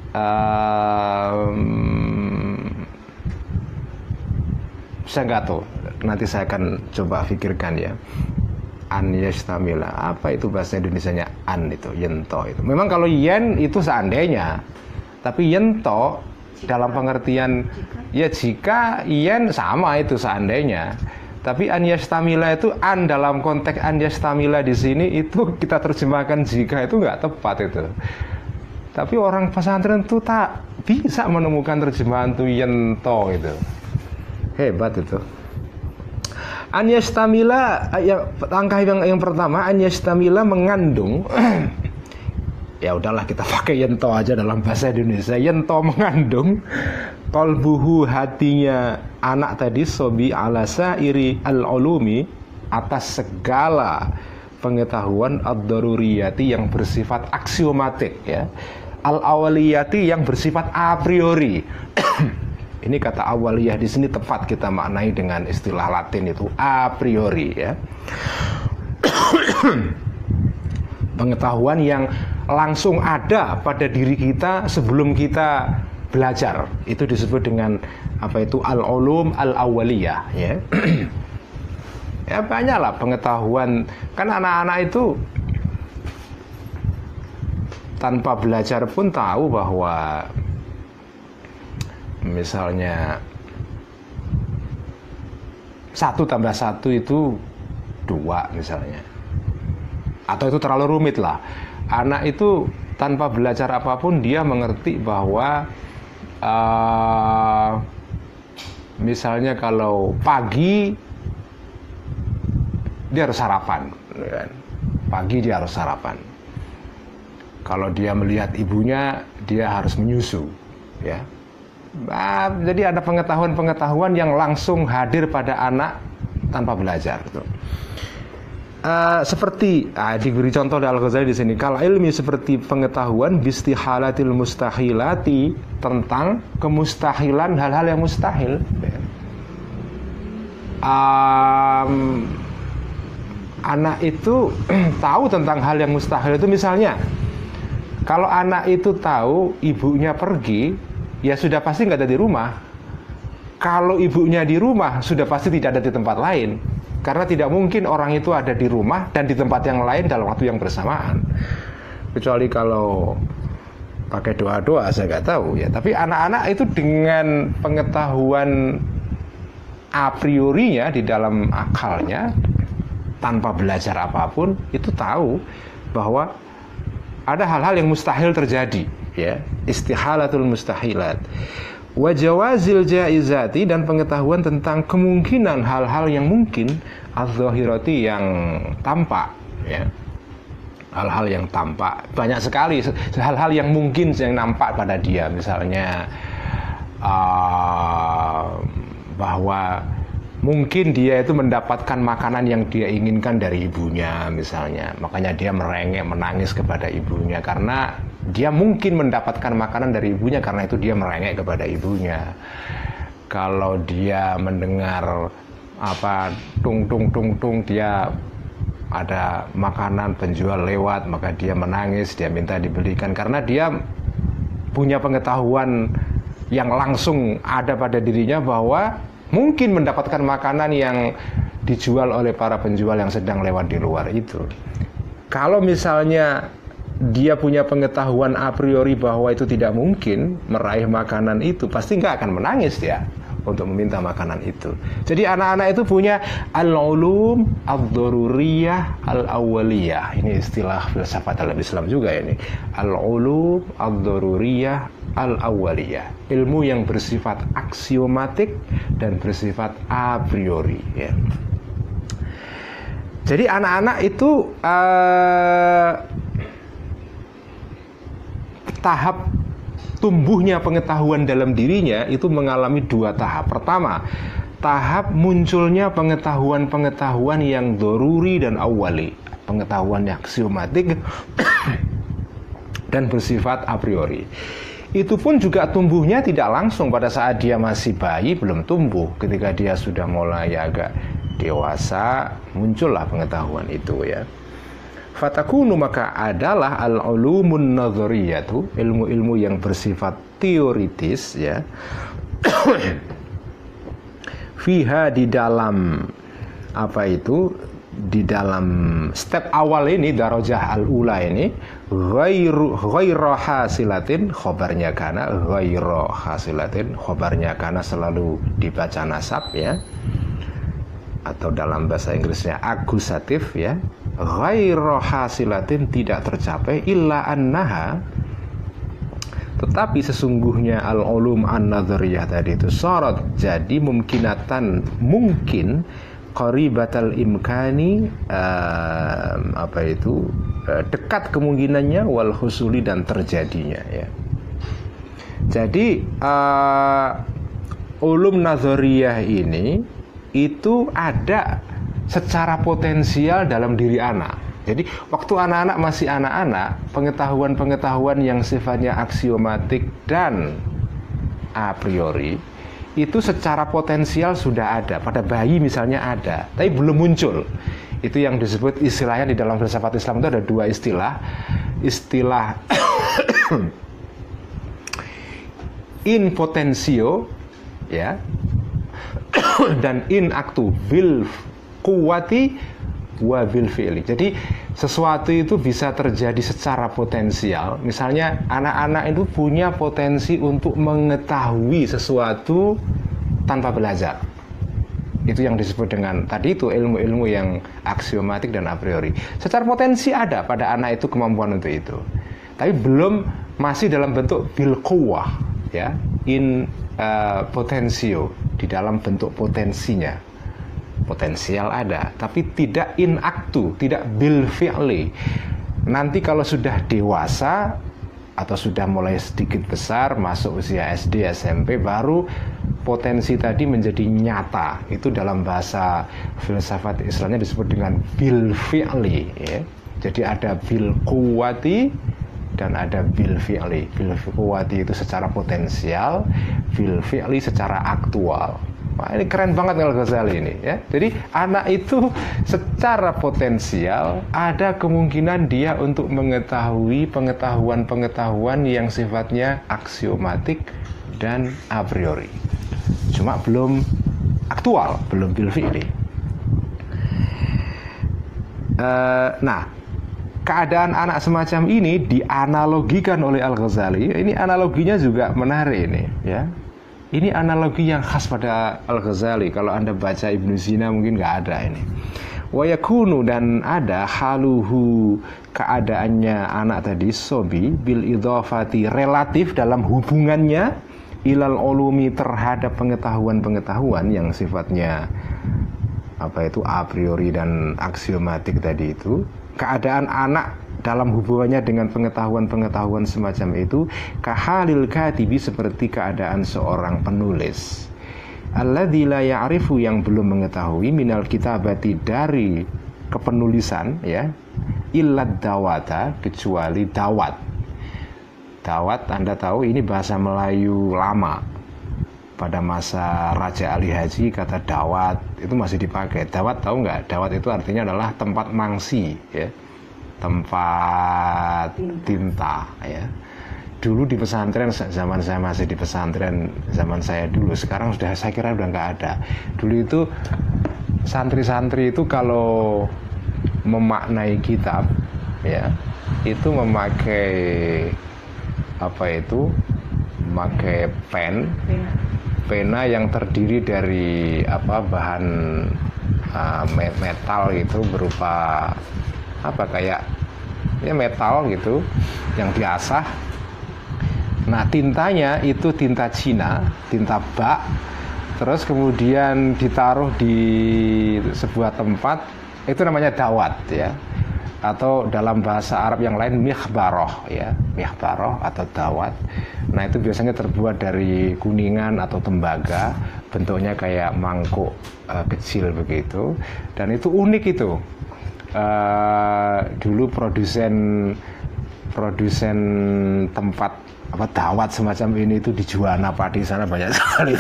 Saya nggak tahu, nanti saya akan coba pikirkan ya. An yastamila, apa itu bahasa Indonesianya an itu, yento itu. Memang kalau yen itu seandainya, tapi yento dalam pengertian ya jika, yen sama itu seandainya. Tapi an yastamila itu, an dalam konteks an yastamila di sini itu kita terjemahkan jika itu nggak tepat itu. Tapi orang pesantren itu tak bisa menemukan terjemahan tuh yento itu. Hebat itu. An yastamila, langkah yang pertama, an yastamila mengandung. Ya udahlah kita pakai yento aja dalam bahasa Indonesia. Yento mengandung qalbuhu, hatinya anak tadi, sobi ala sairi al-ulumi, atas segala pengetahuan ad-daruriyati yang bersifat aksiomatik ya. Al-awaliyati yang bersifat a priori. Ini kata awaliyah di sini tepat kita maknai dengan istilah Latin itu a priori ya. Pengetahuan yang langsung ada pada diri kita sebelum kita belajar, itu disebut dengan apa itu al-ulum al-awaliyah ya. Ya banyaklah pengetahuan, kan anak-anak itu tanpa belajar pun tahu bahwa misalnya 1 tambah 1 itu 2 misalnya, atau itu terlalu rumit lah. Anak itu tanpa belajar apapun dia mengerti bahwa misalnya kalau pagi dia harus sarapan, pagi dia harus sarapan. Kalau dia melihat ibunya dia harus menyusu ya. Jadi ada pengetahuan-pengetahuan yang langsung hadir pada anak tanpa belajar gitu. Seperti diberi contoh dari Al-Ghazali di sini. Kalau ilmi seperti pengetahuan bistihalatil mustahilati, tentang kemustahilan hal-hal yang mustahil. Anak itu tahu tentang hal yang mustahil itu, misalnya kalau anak itu tahu ibunya pergi, ya sudah pasti nggak ada di rumah. Kalau ibunya di rumah, sudah pasti tidak ada di tempat lain. Karena tidak mungkin orang itu ada di rumah dan di tempat yang lain dalam waktu yang bersamaan. Kecuali kalau pakai doa-doa, saya nggak tahu ya. Tapi anak-anak itu dengan pengetahuan a priorinya di dalam akalnya, tanpa belajar apapun, itu tahu bahwa ada hal-hal yang mustahil terjadi ya, istihalatul mustahilat. Wa jawazil jaizati, dan pengetahuan tentang kemungkinan hal-hal yang mungkin, az-zahirati yang tampak ya. Hal-hal yang tampak banyak sekali, hal-hal yang mungkin yang nampak pada dia, misalnya bahwa mungkin dia itu mendapatkan makanan yang dia inginkan dari ibunya misalnya, makanya dia merengek menangis kepada ibunya karena dia mungkin mendapatkan makanan dari ibunya, karena itu dia merengek kepada ibunya. Kalau dia mendengar tung tung tung tung, dia ada makanan penjual lewat, maka dia menangis, dia minta dibelikan karena dia punya pengetahuan yang langsung ada pada dirinya bahwa mungkin mendapatkan makanan yang dijual oleh para penjual yang sedang lewat di luar itu. Kalau misalnya dia punya pengetahuan a priori bahwa itu tidak mungkin meraih makanan itu, pasti nggak akan menangis dia untuk meminta makanan itu. Jadi anak-anak itu punya al-ulum ad-daruriyah al-awwaliyah. Ini istilah filsafat dalam Islam juga ini. Al-ulum ad-daruriyah al-awwaliyah. Ilmu yang bersifat aksiomatik dan bersifat a priori ya. Jadi anak-anak itu tahap tumbuhnya pengetahuan dalam dirinya itu mengalami 2 tahap. Pertama, tahap munculnya pengetahuan-pengetahuan yang doruri dan awali, pengetahuan yang aksiomatik dan bersifat a priori. Itu pun juga tumbuhnya tidak langsung pada saat dia masih bayi, belum tumbuh. Ketika dia sudah mulai agak dewasa, muncullah pengetahuan itu ya. Fatakunu, maka adalah al-ulumun nadhariyatu, ilmu-ilmu yang bersifat teoritis ya. Fiha, di dalam apa itu, di dalam step awal ini, darajah al-ula ini, ghairu hasilatin, khobarnya kana, ghairu hasilatin, khobarnya kana selalu dibaca nasab ya, atau dalam bahasa Inggrisnya akusatif ya. Ghairu hasilatin, tidak tercapai, illa annaha, tetapi sesungguhnya al-ulum an-nadhariyah tadi itu syarat, jadi mungkinatan, mungkin, qaribatal imkani, dekat kemungkinannya, wal husuli, dan terjadinya ya. Jadi ulum nadhariyah ini itu ada secara potensial dalam diri anak. Jadi waktu anak-anak masih anak-anak, pengetahuan-pengetahuan yang sifatnya aksiomatik dan a priori itu secara potensial sudah ada. Pada bayi misalnya ada, tapi belum muncul. Itu yang disebut, istilahnya di dalam filsafat Islam itu ada dua istilah. Istilah in potentio ya, dan in actu, bil quwwati wa bil fi'li. Jadi sesuatu itu bisa terjadi secara potensial. Misalnya anak-anak itu punya potensi untuk mengetahui sesuatu tanpa belajar. Itu yang disebut dengan tadi itu ilmu-ilmu yang aksiomatik dan a priori. Secara potensi ada pada anak itu kemampuan untuk itu. Tapi belum, masih dalam bentuk bil quwwah ya, in potensio, di dalam bentuk potensinya. Potensial ada, tapi tidak in actu, tidak bil fi'li. Nanti kalau sudah dewasa atau sudah mulai sedikit besar, masuk usia SD, SMP, baru potensi tadi menjadi nyata. Itu dalam bahasa filsafat Islamnya disebut dengan bil fi'li ya. Jadi ada bil quwwati dan ada bil fi'li. Bil quwwati itu secara potensial, bil fi'li secara aktual. Wah, ini keren banget Al-Ghazali ini ya. Jadi anak itu secara potensial ada kemungkinan dia untuk mengetahui pengetahuan-pengetahuan yang sifatnya aksiomatik dan a priori. Cuma belum aktual, belum bil fi'li. Nah, keadaan anak semacam ini dianalogikan oleh Al-Ghazali. Ini analoginya juga menarik ini ya. Ini analogi yang khas pada Al-Ghazali. Kalau Anda baca Ibnu Sina mungkin nggak ada ini. Wa yakunu, dan ada haluhu, keadaannya anak tadi, sobi, bil idhafati, relatif dalam hubungannya, ilal ulumi, terhadap pengetahuan-pengetahuan yang sifatnya apa itu a priori dan aksiomatik tadi itu. Keadaan anak dalam hubungannya dengan pengetahuan-pengetahuan semacam itu, kahalil katibi, seperti keadaan seorang penulis, alladzi la ya'rifu, yang belum mengetahui, minal kitabati, dari kepenulisan ya, illad dawata, kecuali dawat. Dawat Anda tahu ini bahasa Melayu lama. Pada masa Raja Ali Haji kata dawat itu masih dipakai. Dawat tahu nggak? Dawat itu artinya adalah tempat mangsi ya, tempat tinta ya. Dulu di pesantren, zaman saya masih di pesantren, zaman saya dulu, sekarang sudah, saya kira udah nggak ada. Dulu itu santri-santri itu kalau memaknai kitab ya, itu memakai apa itu, memakai pena yang terdiri dari apa, bahan metal gitu, berupa apa, kayak ya metal gitu yang diasah. Nah, tintanya itu tinta Cina, tinta bak, terus kemudian ditaruh di sebuah tempat, itu namanya dawat ya, atau dalam bahasa Arab yang lain mikhbaroh ya, mikhbaroh atau dawat. Nah, itu biasanya terbuat dari kuningan atau tembaga, bentuknya kayak mangkuk kecil begitu, dan itu unik itu. Dulu produsen tempat apa dawat semacam ini itu di Juwana Padi sana banyak sekali.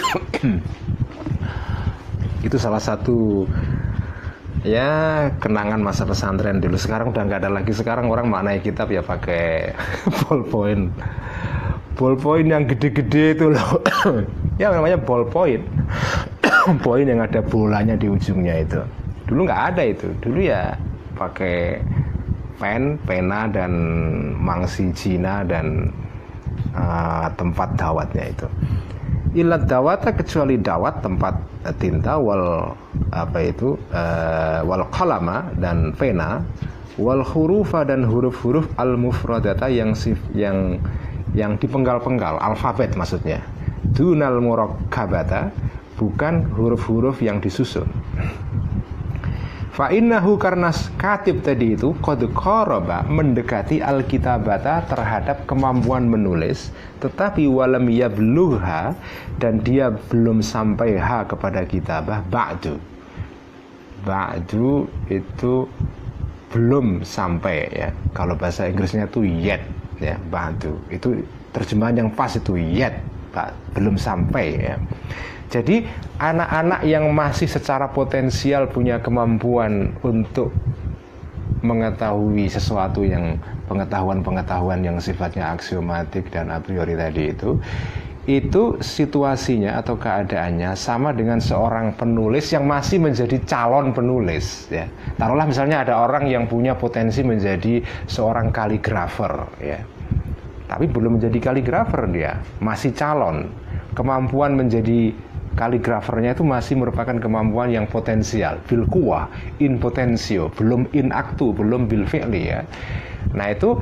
Itu salah satu ya kenangan masa pesantren dulu. Sekarang udah nggak ada lagi. Sekarang orang maknai kitab ya pakai ballpoint yang gede-gede itu loh. Ya namanya ballpoint. Poin yang ada bolanya di ujungnya itu. Dulu nggak ada itu. Dulu ya pakai pena dan mangsi Cina dan tempat dawatnya itu. Ilat dawata kecuali dawat tempat tinta wal wal qalama dan pena wal hurufa dan huruf-huruf al mufradata yang dipenggal-penggal, alfabet maksudnya. Dunal murakkabata, bukan huruf-huruf yang disusun. Fa'innahu karena katib tadi itu qad qaraba mendekati alkitabata terhadap kemampuan menulis, tetapi walam yablugha dan dia belum sampai kepada kitabah ba'du itu belum sampai ya. Kalau bahasa Inggrisnya itu yet ya, ba'du itu terjemahan yang pas itu yet, belum sampai ya. Jadi anak-anak yang masih secara potensial punya kemampuan untuk mengetahui sesuatu yang pengetahuan yang sifatnya aksiomatik dan a priori tadi itu situasinya atau keadaannya sama dengan seorang penulis yang masih menjadi calon penulis ya. Taruhlah misalnya ada orang yang punya potensi menjadi seorang kaligrafer ya. Tapi belum menjadi kaligrafer dia, masih calon. Kemampuan menjadi kaligrafernya itu masih merupakan kemampuan yang potensial, bil quwa, in potensio, belum in actu, belum bil fi'li ya. Nah itu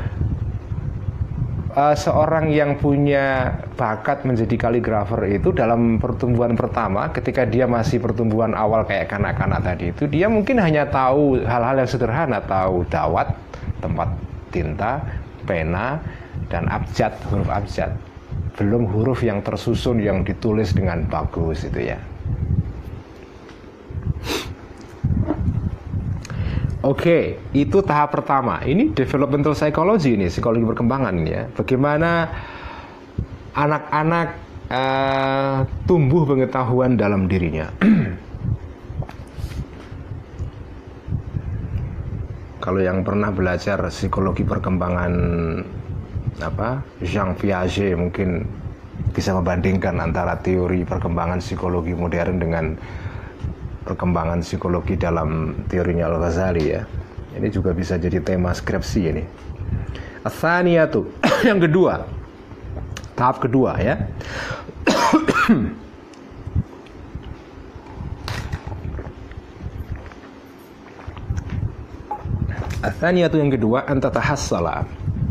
seorang yang punya bakat menjadi kaligrafer itu dalam pertumbuhan pertama, ketika dia masih pertumbuhan awal kayak kanak-kanak tadi itu, dia mungkin hanya tahu hal-hal yang sederhana, tahu dawat, tempat tinta, pena, dan abjad, huruf abjad. Belum huruf yang tersusun, yang ditulis dengan bagus itu ya. Oke, itu tahap pertama. Ini developmental psychology, ini psikologi perkembangan ya. Bagaimana anak-anak tumbuh pengetahuan dalam dirinya. Kalau yang pernah belajar psikologi perkembangan Jean Piaget mungkin bisa membandingkan antara teori perkembangan psikologi modern dengan perkembangan psikologi dalam teorinya Al-Ghazali ya. Ini juga bisa jadi tema skripsi ini. Atsaniyatu yang kedua, tahap kedua ya. Atsaniyatu yang kedua, antatahassala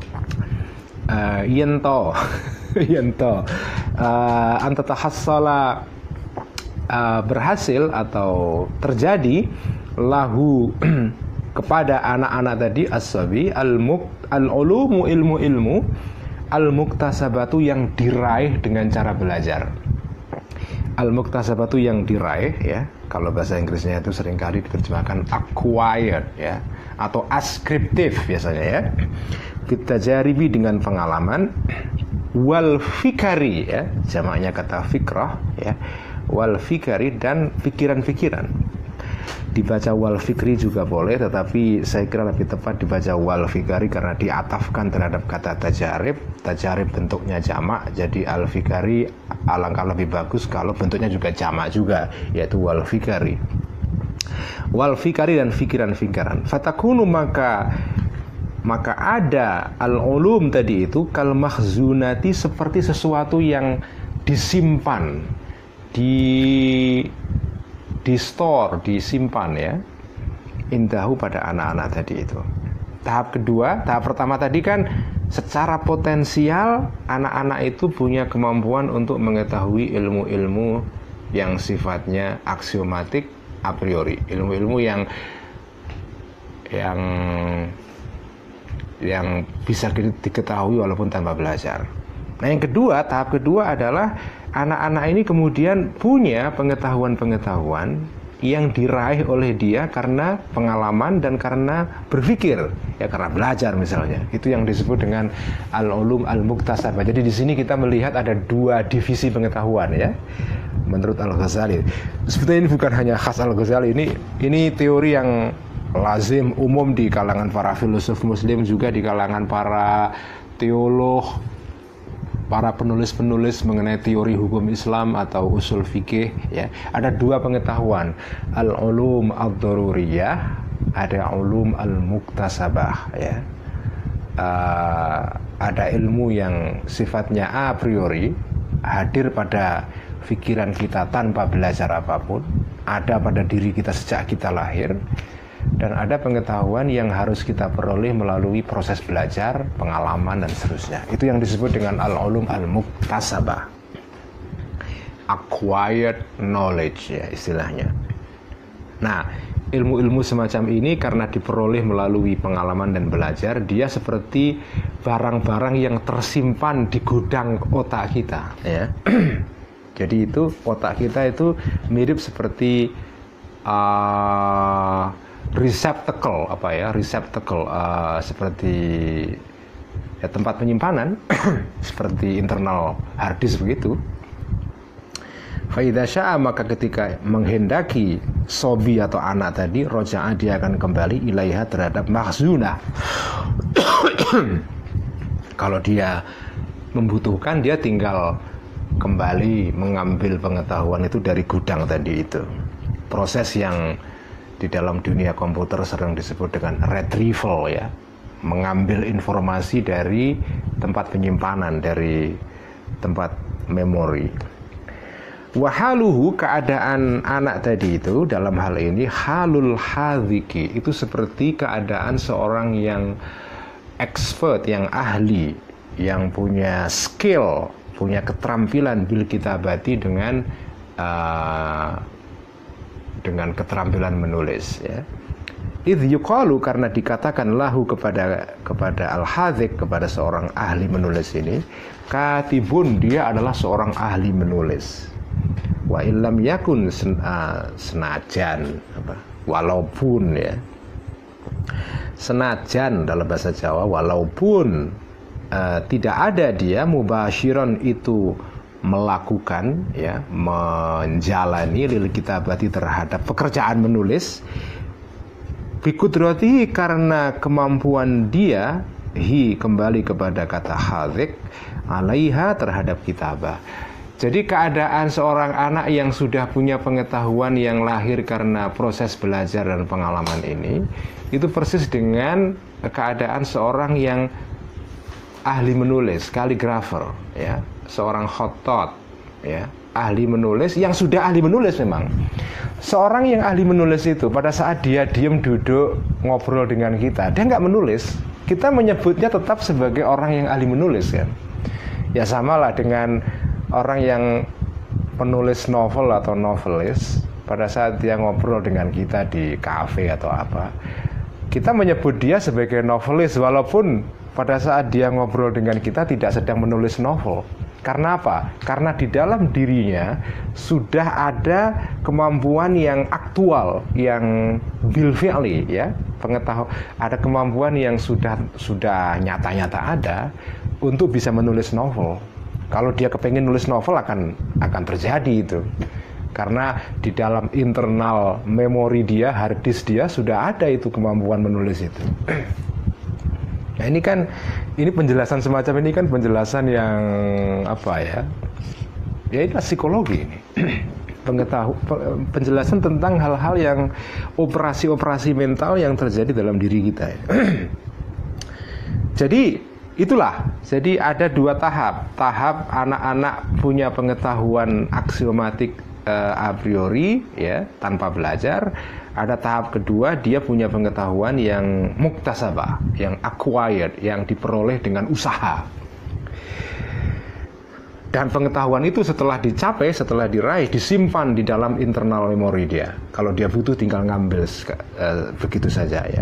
yento antatahassala berhasil atau terjadi lahu kepada anak-anak tadi as-sabi al-ulumu ilmu al-muktasabatu yang diraih dengan cara belajar. Al-muktasabatu yang diraih ya, kalau bahasa Inggrisnya itu seringkali diterjemahkan acquired ya, atau askriptif biasanya ya. Kita jaribi dengan pengalaman, wal fikari ya, jamaknya kata fikrah ya, wal fikari dan pikiran-pikiran. Dibaca wal fikri juga boleh, tetapi saya kira lebih tepat dibaca wal fikari karena diatafkan terhadap kata tajarib. Tajarib bentuknya jamak, jadi al fikari alangkah lebih bagus kalau bentuknya juga jamak juga, yaitu wal fikari. Wal fikari dan pikiran-pikiran. Fatakunu maka ada al-ulum tadi itu kal makhzunati, seperti sesuatu yang disimpan, di store, disimpan ya, indahu pada anak-anak tadi itu. Tahap kedua, tahap pertama tadi kan secara potensial anak-anak itu punya kemampuan untuk mengetahui ilmu-ilmu yang sifatnya aksiomatik a priori, ilmu-ilmu yang bisa diketahui walaupun tanpa belajar. Nah yang kedua, tahap kedua adalah anak-anak ini kemudian punya pengetahuan-pengetahuan yang diraih oleh dia karena pengalaman dan karena berpikir, ya karena belajar misalnya. Itu yang disebut dengan al-ulum al-muktasabah. Jadi di sini kita melihat ada dua divisi pengetahuan ya. Menurut Al-Ghazali. Sebetulnya ini bukan hanya khas Al-Ghazali, ini teori yang lazim umum di kalangan para filosof muslim, juga di kalangan para teolog, para penulis-penulis mengenai teori hukum Islam atau usul fikih ya. Ada dua pengetahuan, al-ulum ad-daruriyah, ada ulum al-muktasabah ya. Ada ilmu yang sifatnya a priori, hadir pada pikiran kita tanpa belajar apapun, ada pada diri kita sejak kita lahir. Dan ada pengetahuan yang harus kita peroleh melalui proses belajar, pengalaman, dan seterusnya. Itu yang disebut dengan al-ulum al-muktasabah, acquired knowledge ya istilahnya. Nah, ilmu-ilmu semacam ini karena diperoleh melalui pengalaman dan belajar, dia seperti barang-barang yang tersimpan di gudang otak kita ya. Jadi itu otak kita itu mirip seperti receptacle seperti ya, tempat penyimpanan seperti internal hard disk begitu. Fa idza syaa, maka ketika menghendaki sobi atau anak tadi, roja'a, dia akan kembali ilaiha, terhadap makhzunah. Kalau dia membutuhkan, dia tinggal kembali mengambil pengetahuan itu dari gudang tadi itu. Proses yang di dalam dunia komputer sering disebut dengan retrieval ya, mengambil informasi dari tempat penyimpanan, dari tempat memori. Wahaluhu, keadaan anak tadi itu dalam hal ini, halul hadziki, itu seperti keadaan seorang yang expert, yang ahli, yang punya skill, punya keterampilan bil kitabati dengan keterampilan menulis ya. Idh yuqalu, karena dikatakan lahu kepada al-hadzik, kepada seorang ahli menulis ini, katibun, dia adalah seorang ahli menulis. Wa illam yakun, senajan walaupun ya. Senajan dalam bahasa Jawa, walaupun tidak ada dia mubasyiron itu melakukan ya, menjalani lil kitabati, terhadap pekerjaan menulis, bikudratihi, karena kemampuan dia, kembali kepada kata hadzik, alaiha, terhadap kitabah. Jadi keadaan seorang anak yang sudah punya pengetahuan yang lahir karena proses belajar dan pengalaman ini, itu persis dengan keadaan seorang yang ahli menulis, kaligrafer ya, seorang khattat ya, ahli menulis yang sudah ahli menulis. Memang seorang yang ahli menulis itu pada saat dia diam duduk ngobrol dengan kita, dia nggak menulis, kita menyebutnya tetap sebagai orang yang ahli menulis kan. Ya samalah dengan orang yang penulis novel atau novelis, pada saat dia ngobrol dengan kita di kafe atau apa, kita menyebut dia sebagai novelis, walaupun pada saat dia ngobrol dengan kita tidak sedang menulis novel. Karena apa? Karena di dalam dirinya sudah ada kemampuan yang aktual, yang bil fi'li ya, ada kemampuan yang sudah nyata-nyata ada untuk bisa menulis novel. Kalau dia kepengen nulis novel akan terjadi itu. Karena di dalam internal memori dia, hard disk dia, sudah ada itu kemampuan menulis itu. Nah ini penjelasan semacam ini kan penjelasan yang apa ya? Ya ini psikologi ini. Penjelasan tentang hal-hal yang operasi-operasi mental yang terjadi dalam diri kita. Jadi itulah. Jadi ada dua tahap. Tahap anak-anak punya pengetahuan aksiomatik a priori ya, tanpa belajar. Ada tahap kedua, dia punya pengetahuan yang muktasabah, yang acquired, yang diperoleh dengan usaha. Dan pengetahuan itu setelah dicapai, setelah diraih, disimpan di dalam internal memori dia. Kalau dia butuh tinggal ngambil begitu saja ya.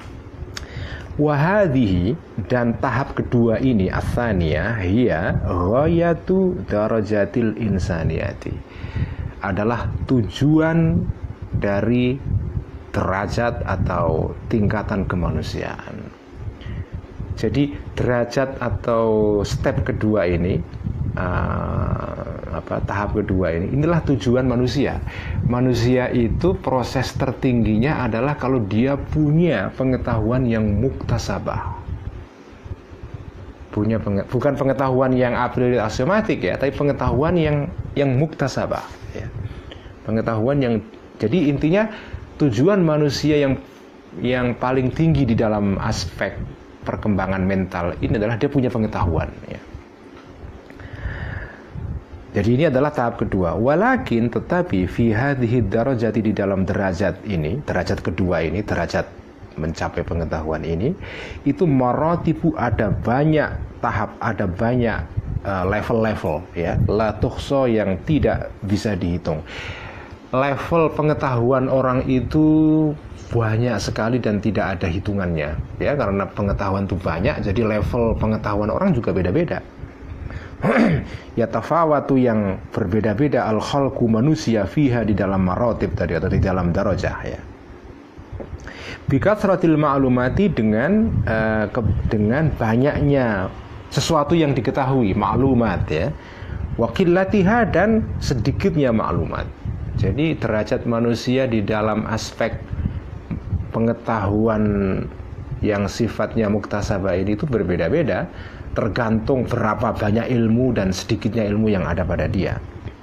Wahadihi, dan tahap kedua ini, atsaniyah, hiya ghayatu darajatil insaniyati, adalah tujuan dari derajat atau tingkatan kemanusiaan. Jadi derajat atau step kedua ini, tahap kedua ini, inilah tujuan manusia. Manusia itu proses tertingginya adalah kalau dia punya pengetahuan yang muktasabah. Bukan pengetahuan yang a priori aksiomatik ya, tapi pengetahuan yang muktasabah ya. Pengetahuan yang, jadi intinya tujuan manusia yang paling tinggi di dalam aspek perkembangan mental ini adalah dia punya pengetahuan ya. Jadi ini adalah tahap kedua. Walakin tetapi fi hadhihi darajati, di dalam derajat ini, derajat kedua ini, derajat mencapai pengetahuan ini, itu maratibu, ada banyak tahap, ada banyak level-level ya, la tuhsa, yang tidak bisa dihitung. Level pengetahuan orang itu banyak sekali dan tidak ada hitungannya ya, karena pengetahuan itu banyak, jadi level pengetahuan orang juga beda-beda. Ya tafawatu, yang berbeda-beda, al khalqu, manusia, fiha, di dalam maratib tadi atau di dalam darajah ya. Bikathratil ma'lumati, dengan banyaknya sesuatu yang diketahui, maklumat ya. Wa qillatiha, dan sedikitnya maklumat. Jadi derajat manusia di dalam aspek pengetahuan yang sifatnya muktasabah ini itu berbeda-beda, tergantung berapa banyak ilmu dan sedikitnya ilmu yang ada pada dia.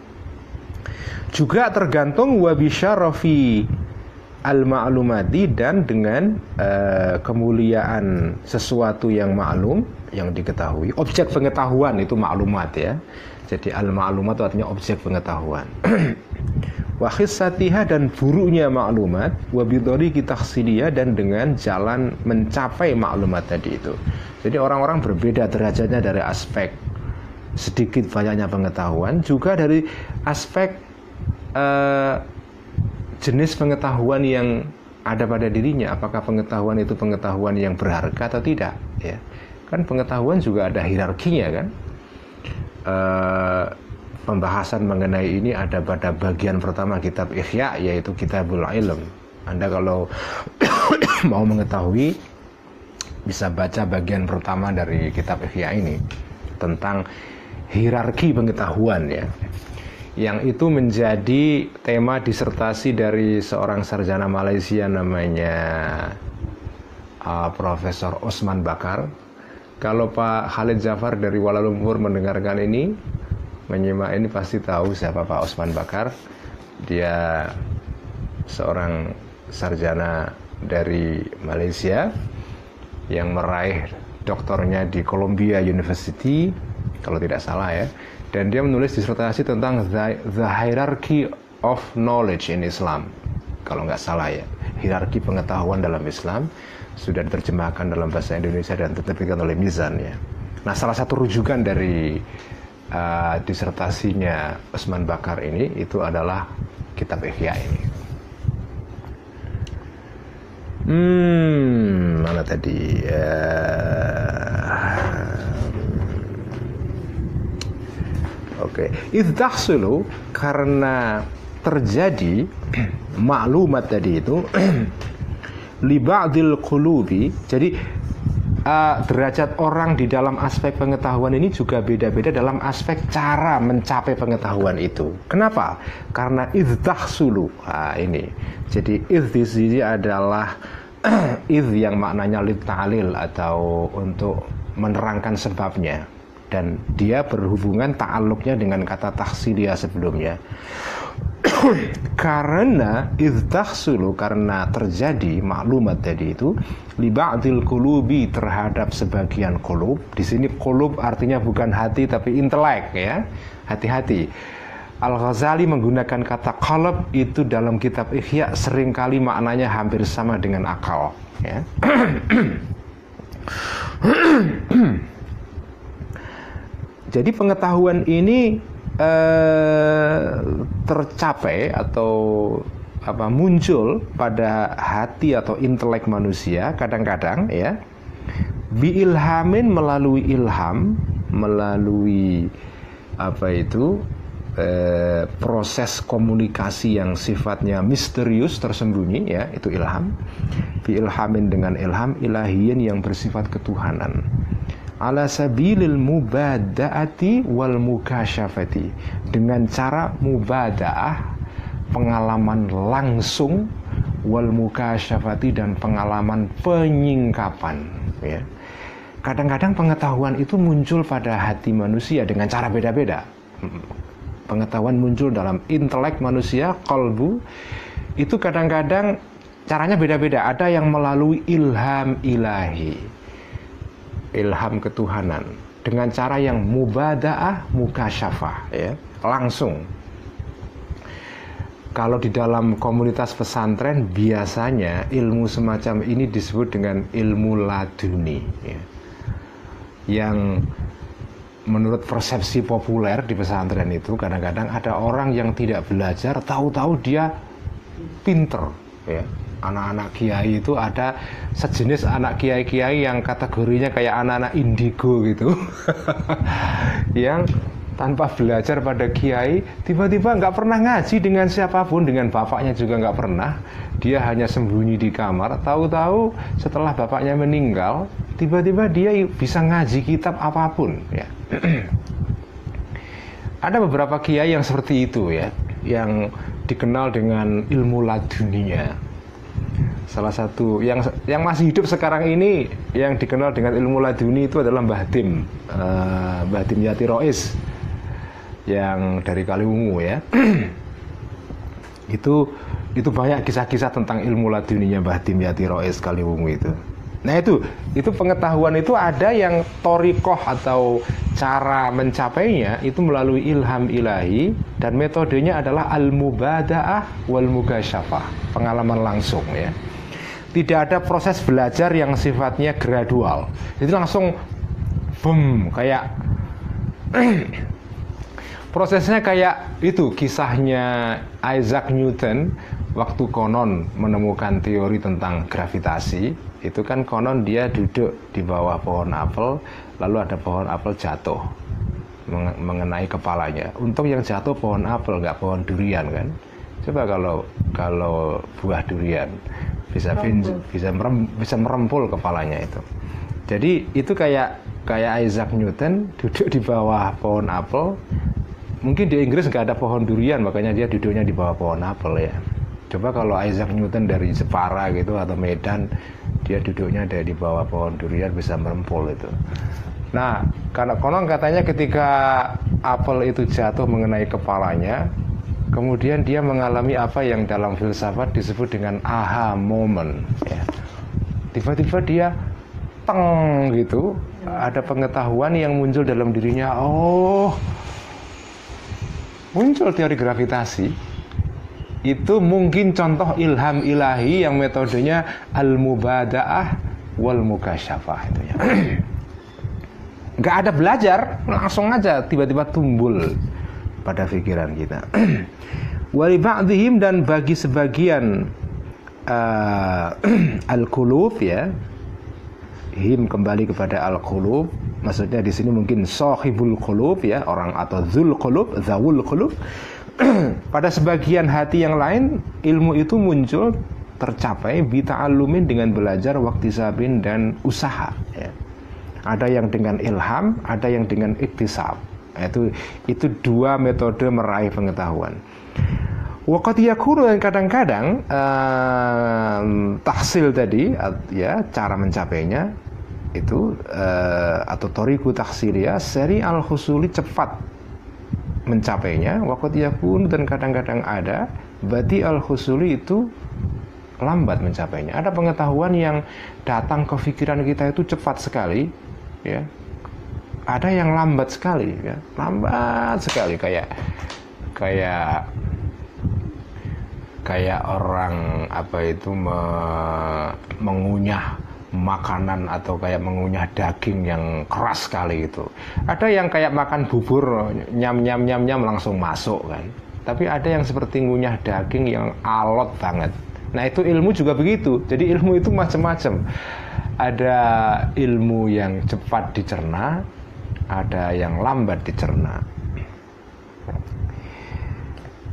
Juga tergantung wa bisyarafi al-ma'lumati, dan dengan kemuliaan sesuatu yang maklum, yang diketahui. Objek pengetahuan itu maklumat ya. Jadi al-ma'lumat itu artinya objek pengetahuan. Wa khissatiha, dan buruknya maklumat, wa bidhariqi tahsiliha, dan dengan jalan mencapai maklumat tadi itu. Jadi orang-orang berbeda derajatnya dari aspek sedikit banyaknya pengetahuan, juga dari aspek jenis pengetahuan yang ada pada dirinya. Apakah pengetahuan itu pengetahuan yang berharga atau tidak ya. Kan pengetahuan juga ada hierarkinya kan. Pembahasan mengenai ini ada pada bagian pertama kitab Ihya, yaitu Kitabul Ilm. Anda kalau mau mengetahui bisa baca bagian pertama dari kitab Ihya ini tentang hierarki pengetahuan ya. Yang itu menjadi tema disertasi dari seorang sarjana Malaysia namanya Profesor Osman Bakar. Kalau Pak Khalid Jafar dari Kuala Lumpur mendengarkan ini, menyimak ini, pasti tahu siapa Pak Osman Bakar. Dia seorang sarjana dari Malaysia yang meraih doktornya di Columbia University kalau tidak salah ya. Dan dia menulis disertasi tentang the hierarchy of knowledge in Islam, kalau nggak salah ya, hierarki pengetahuan dalam Islam. Sudah diterjemahkan dalam bahasa Indonesia dan diterbitkan oleh Mizan ya. Nah, salah satu rujukan dari disertasinya Osman Bakar ini itu adalah kitab Ihya ini. Mana tadi? Oke, idhahsulu, karena terjadi maklumat tadi itu li ba'dil qulubi. Jadi derajat orang di dalam aspek pengetahuan ini juga beda-beda dalam aspek cara mencapai pengetahuan itu. Kenapa? Karena idhahsulu. Ini. Jadi idh di sini adalah idh yang maknanya litalil atau untuk menerangkan sebabnya. Dan dia berhubungan ta'alluqnya dengan kata tahsiliyah sebelumnya. Karena idhahsulu, karena terjadi maklumat tadi itu li ba'dil qulubi, terhadap sebagian qulub. Di sini qulub artinya bukan hati tapi intelek ya. Hati-hati. Al-Ghazali menggunakan kata qalb itu dalam kitab Ihya seringkali maknanya hampir sama dengan akal ya. Jadi pengetahuan ini tercapai atau muncul pada hati atau intelek manusia kadang-kadang ya, biilhamin, melalui ilham, melalui proses komunikasi yang sifatnya misterius, tersembunyi, ya, itu ilham. Fi ilhamin, dengan ilham ilahiyin yang bersifat ketuhanan. Ala sabilil mubada'ati wal mukasyafati, dengan cara mubada'ah, pengalaman langsung, wal mukasyafati, dan pengalaman penyingkapan, ya. Kadang-kadang pengetahuan itu muncul pada hati manusia dengan cara beda-beda. Pengetahuan muncul dalam intelek manusia, qalbu, itu kadang-kadang caranya beda-beda. Ada yang melalui ilham ilahi, ilham ketuhanan, dengan cara yang mubada'ah mukasyafah, ya, langsung. Kalau di dalam komunitas pesantren biasanya ilmu semacam ini disebut dengan ilmu laduni, ya, yang menurut persepsi populer di pesantren itu kadang-kadang ada orang yang tidak belajar, tahu-tahu dia pinter, ya. Anak-anak kiai itu ada sejenis anak kiai-kiai yang kategorinya kayak anak-anak indigo gitu yang tanpa belajar pada kiai, tiba-tiba nggak pernah ngaji dengan siapapun, dengan bapaknya juga nggak pernah. Dia hanya sembunyi di kamar. Tahu-tahu setelah bapaknya meninggal, tiba-tiba dia bisa ngaji kitab apapun, ya. Ada beberapa kiai yang seperti itu, ya, yang dikenal dengan ilmu laduninya. Salah satu yang masih hidup sekarang ini yang dikenal dengan ilmu laduni itu adalah Mbah Tim, Mbah Tim Yati Rois, yang dari Kaliwungu, ya. itu banyak kisah-kisah tentang ilmu laduninya Mbah Tim Yati Rois Kaliwungu itu. Nah, itu pengetahuan itu ada yang thoriqoh atau cara mencapainya itu melalui ilham ilahi, dan metodenya adalah al-mubada'ah wal mukasyafah, pengalaman langsung, ya. Tidak ada proses belajar yang sifatnya gradual. Jadi langsung boom, kayak prosesnya kayak itu kisahnya Isaac Newton waktu konon menemukan teori tentang gravitasi. Itu kan konon dia duduk di bawah pohon apel, lalu ada pohon apel jatuh mengenai kepalanya. Untung yang jatuh pohon apel, nggak pohon durian, kan. Coba kalau buah durian bisa merempul kepalanya itu. Jadi itu kayak Isaac Newton duduk di bawah pohon apel. Mungkin di Inggris nggak ada pohon durian, makanya dia duduknya di bawah pohon apel, ya. Coba kalau Isaac Newton dari Jepara gitu atau Medan, dia duduknya di bawah pohon durian, bisa merempul itu. Nah, karena konon katanya ketika apel itu jatuh mengenai kepalanya, kemudian dia mengalami apa yang dalam filsafat disebut dengan aha moment, ya. Tiba-tiba dia teng gitu, ada pengetahuan yang muncul dalam dirinya. Oh, muncul teori gravitasi. Itu mungkin contoh ilham ilahi yang metodenya al-mubada'ah wal mukasyafah itu, ya. Nggak ada belajar, langsung aja tiba-tiba tumbul pada pikiran kita. Wali ba'dihim, dan bagi sebagian al-qulub, ya. Him kembali kepada al-qulub, maksudnya di sini mungkin sahibul qulub, ya, orang, atau zul qulub, zawul qulub. Pada sebagian hati yang lain, ilmu itu muncul, tercapai bita'allumin, dengan belajar, waktisabin, dan usaha, ya. Ada yang dengan ilham, ada yang dengan iktisab. Itu dua metode meraih pengetahuan. Waqad yakunu, dan kadang-kadang tahsil tadi, ya, cara mencapainya itu atau thoriqu tahsiliyah seri al-husuli, cepat mencapainya. Waqad yakunu, dan kadang-kadang ada bati al-husuli, itu lambat mencapainya. Ada pengetahuan yang datang ke pikiran kita itu cepat sekali, ya. Ada yang lambat sekali, ya. Lambat sekali, kayak orang mengunyah makanan, atau kayak mengunyah daging yang keras sekali itu. Ada yang kayak makan bubur, nyam langsung masuk, kan. Tapi ada yang seperti ngunyah daging yang alot banget. Nah, itu ilmu juga begitu. Jadi ilmu itu macam-macam. Ada ilmu yang cepat dicerna, ada yang lambat dicerna.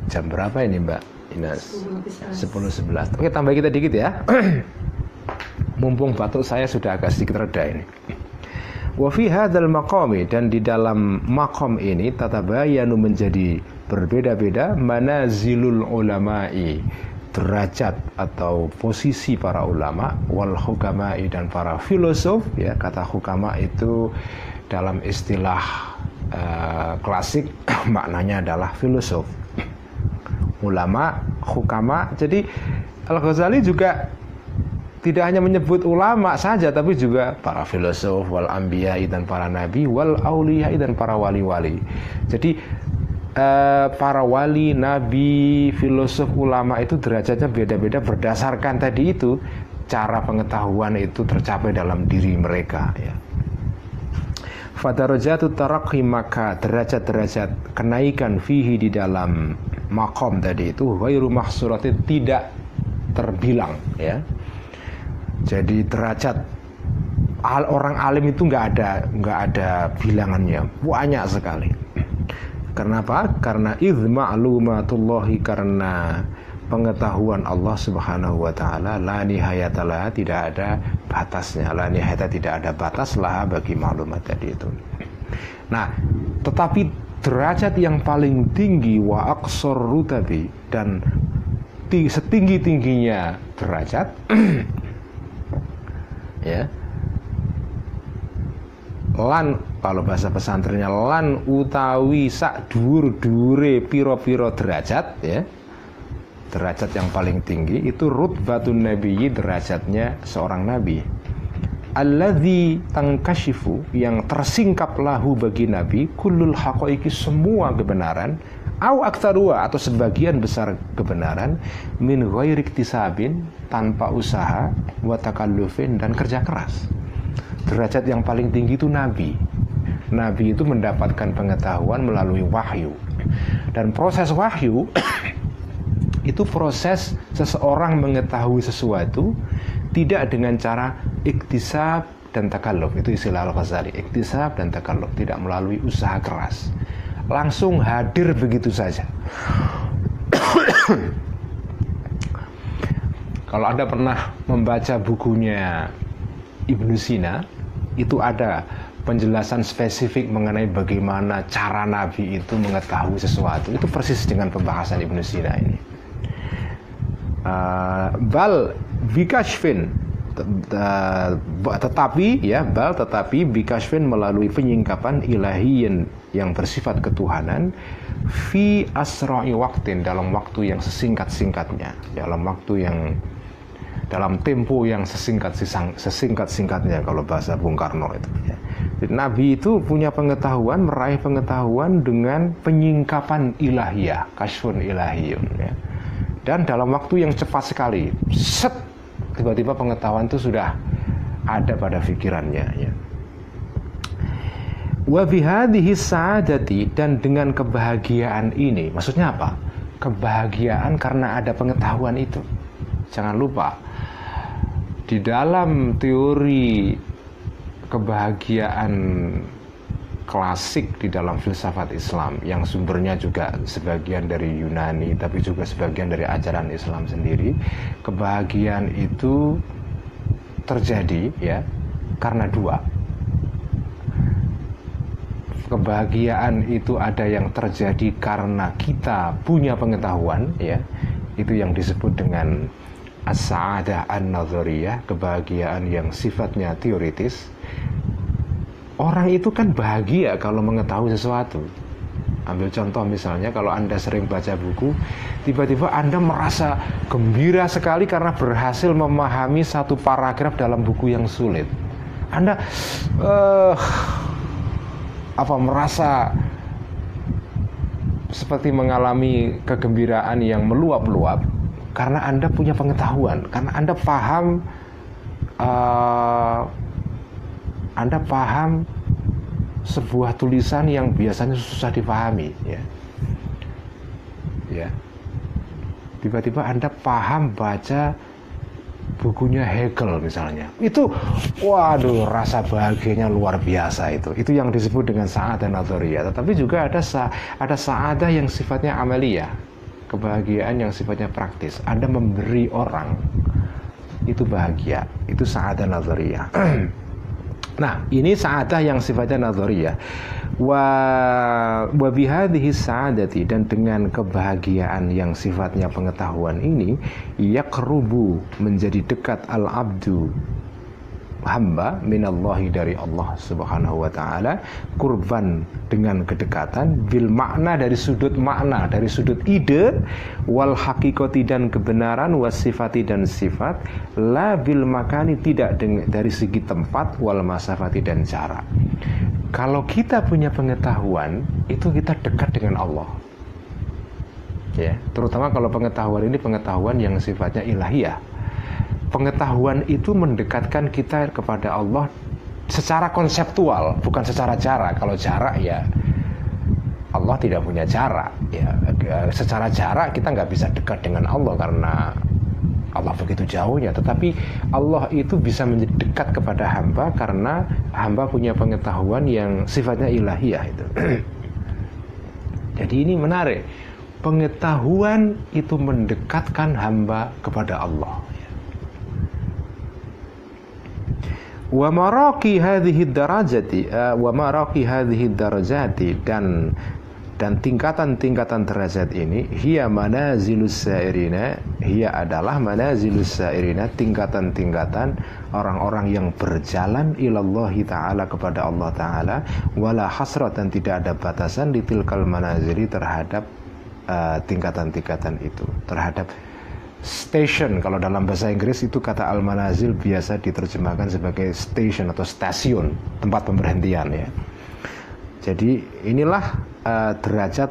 Jam berapa ini Mbak Inas? 10.11. Oke, tambah kita dikit ya. Mumpung batuk saya sudah agak sedikit reda ini. Wa fi hadzal maqami, dan di dalam maqam ini tatabayanu menjadi berbeda-beda manazilul ulama'i, derajat atau posisi para ulama, wal hukama'i, dan para filosof ya. Kata hukama itu dalam istilah klasik maknanya adalah filosof. Ulama, hukama. Jadi Al-Ghazali juga tidak hanya menyebut ulama saja, tapi juga para filosof, wal anbiya'i, dan para nabi, wal auliya'i, dan para wali-wali. Jadi para wali, nabi, filosof, ulama itu derajatnya beda-beda berdasarkan tadi itu cara pengetahuan itu tercapai dalam diri mereka ya. Fadarajatut taraqi, maka derajat-derajat kenaikan fihi di dalam maqam tadi itu ghairu mahsuratin, tidak terbilang ya. Jadi derajat orang alim itu nggak ada bilangannya, banyak sekali. Kenapa? Karena ma'lumatullahi, karena pengetahuan Allah Subhanahu wa taala la nihayatalah, tidak ada batasnya. La nihayata, tidak ada batas lah bagi maklumat tadi itu. Nah, tetapi derajat yang paling tinggi wa aqsar rutabi, dan setinggi-tingginya derajat ya. Lan, kalau bahasa pesantrennya lan utawi sak dhuwur-dhuwure pira-pira derajat ya. Derajat yang paling tinggi itu rutbatun nabiyyi, derajatnya seorang nabi. Alladzi tangkashifu, yang tersingkap lahu bagi nabi, kullul haqaiqi, semua kebenaran, au aktsarua, atau sebagian besar kebenaran, min ghairi iktisabin, tanpa usaha, wa takallufin, dan kerja keras. Derajat yang paling tinggi itu nabi. Nabi itu mendapatkan pengetahuan melalui wahyu. Dan proses wahyu itu proses seseorang mengetahui sesuatu tidak dengan cara iktisab dan takalluf. Itu istilah Al-Ghazali, iktisab dan takalluf, tidak melalui usaha keras, langsung hadir begitu saja. Kalau Anda pernah membaca bukunya Ibnu Sina, itu ada penjelasan spesifik mengenai bagaimana cara Nabi itu mengetahui sesuatu. Itu persis dengan pembahasan Ibnu Sina ini. Bal bikashfin, tetapi bikashfin, melalui penyingkapan ilahiyin, yang bersifat ketuhanan, fi asra'i waktin, dalam waktu yang sesingkat-singkatnya, dalam tempo yang sesingkat-singkatnya, kalau bahasa Bung Karno itu ya. Jadi, Nabi itu punya pengetahuan, meraih pengetahuan dengan penyingkapan ilahiyah, kasyfun ilahiyun ya. Dan dalam waktu yang cepat sekali, set, tiba-tiba pengetahuan itu sudah ada pada pikirannya ya. Wa bihadhihi sa'adati, dan dengan kebahagiaan ini, maksudnya apa? Kebahagiaan karena ada pengetahuan itu. Jangan lupa, di dalam teori kebahagiaan klasik di dalam filsafat Islam, yang sumbernya juga sebagian dari Yunani tapi juga sebagian dari ajaran Islam sendiri, kebahagiaan itu terjadi ya karena dua. Kebahagiaan itu ada yang terjadi karena kita punya pengetahuan ya, itu yang disebut dengan as-sa'adah an-nazariyah, kebahagiaan yang sifatnya teoritis. Orang itu kan bahagia kalau mengetahui sesuatu. Ambil contoh misalnya, kalau Anda sering baca buku, tiba-tiba Anda merasa gembira sekali karena berhasil memahami satu paragraf dalam buku yang sulit. Anda merasa seperti mengalami kegembiraan yang meluap-luap karena Anda punya pengetahuan, karena Anda paham sebuah tulisan yang biasanya susah dipahami ya. Tiba-tiba Anda paham baca bukunya Hegel misalnya. Itu waduh, rasa bahagianya luar biasa itu. Itu yang disebut dengan sa'adah nazariyah. Tetapi juga ada sa'adah yang sifatnya amaliyah. kebahagiaan yang sifatnya praktis. Anda memberi orang, itu bahagia, itu sa'adah nazariyah. Nah, ini sa'adah yang sifatnya nazariyah. Wa bihadhihi sa'adati, dan dengan kebahagiaan yang sifatnya pengetahuan ini, yaqrubu, menjadi dekat al-abdu, hamba, minallahi, dari Allah subhanahu wa ta'ala, kurban, dengan kedekatan, bil makna, dari sudut makna, dari sudut ide, wal hakikati, dan kebenaran, was sifati, dan sifat, la bil makani, tidak dari segi tempat, wal masafati, dan cara. Kalau kita punya pengetahuan, itu kita dekat dengan Allah, ya, terutama kalau pengetahuan ini pengetahuan yang sifatnya ilahiyah. Pengetahuan itu mendekatkan kita kepada Allah secara konseptual, bukan secara cara. Kalau cara, ya Allah tidak punya cara, ya. Secara cara kita nggak bisa dekat dengan Allah karena Allah begitu jauhnya. Tetapi Allah itu bisa menjadi dekat kepada hamba karena hamba punya pengetahuan yang sifatnya ilahiyah itu. Jadi ini menarik. Pengetahuan itu mendekatkan hamba kepada Allah. Wa maraqi hadhihi darajati wa maraqi hadhihi darajati, dan tingkatan-tingkatan derajat ini, hiya manazilus sairina, hiya adalah manazilus sairina, tingkatan-tingkatan orang-orang yang berjalan ilallahi ta'ala, kepada Allah ta'ala, wala hasrat, dan tidak ada batasan, litilkal manazili, terhadap tingkatan-tingkatan itu, terhadap station. Kalau dalam bahasa Inggris itu kata al-manazil biasa diterjemahkan sebagai station atau stasiun, tempat pemberhentian, ya. Jadi inilah derajat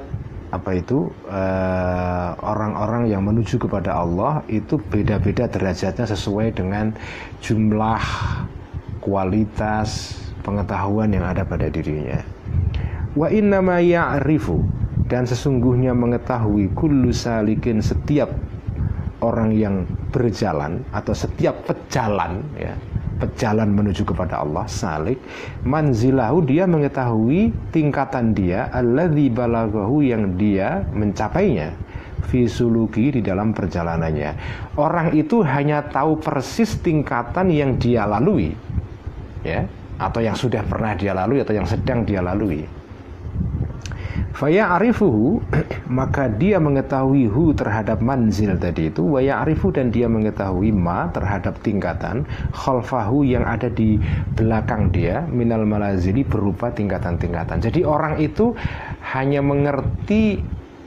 orang-orang yang menuju kepada Allah, itu beda-beda derajatnya sesuai dengan jumlah, kualitas pengetahuan yang ada pada dirinya. Wa innama ya'rifu, dan sesungguhnya mengetahui, kullu salikin, setiap orang yang berjalan atau setiap pejalan, ya, pejalan menuju kepada Allah, salik, manzilahu, dia mengetahui tingkatan dia, alladzi balaghahu, yang dia mencapainya, fi suluki, di dalam perjalanannya. Orang itu hanya tahu persis tingkatan yang dia lalui, ya, atau yang sudah pernah dia lalui atau yang sedang dia lalui. Faya'rifuhu, maka dia mengetahui hu, terhadap manzil tadi itu, wa ya'rifu, dan dia mengetahui ma, terhadap tingkatan, khalfahu, yang ada di belakang dia, minal malazili, berupa tingkatan-tingkatan. Jadi orang itu hanya mengerti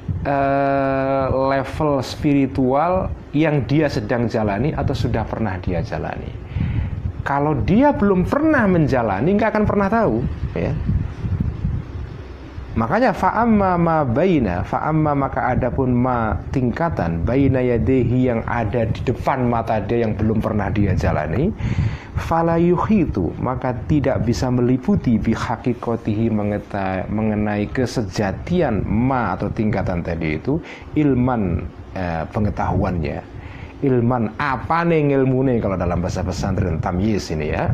level spiritual yang dia sedang jalani atau sudah pernah dia jalani. Kalau dia belum pernah menjalani, nggak akan pernah tahu, ya. Makanya fa'amma ma baina, fa'amma, maka adapun ma, tingkatan, baina yadehi, yang ada di depan mata dia yang belum pernah dia jalani, fala yuhitu, maka tidak bisa meliputi, bihaqiqatihi, mengenai kesejatian ma atau tingkatan tadi itu, ilman, pengetahuannya, ilman, apa nih ilmune kalau dalam bahasa pesantren tamyiz ini, ya.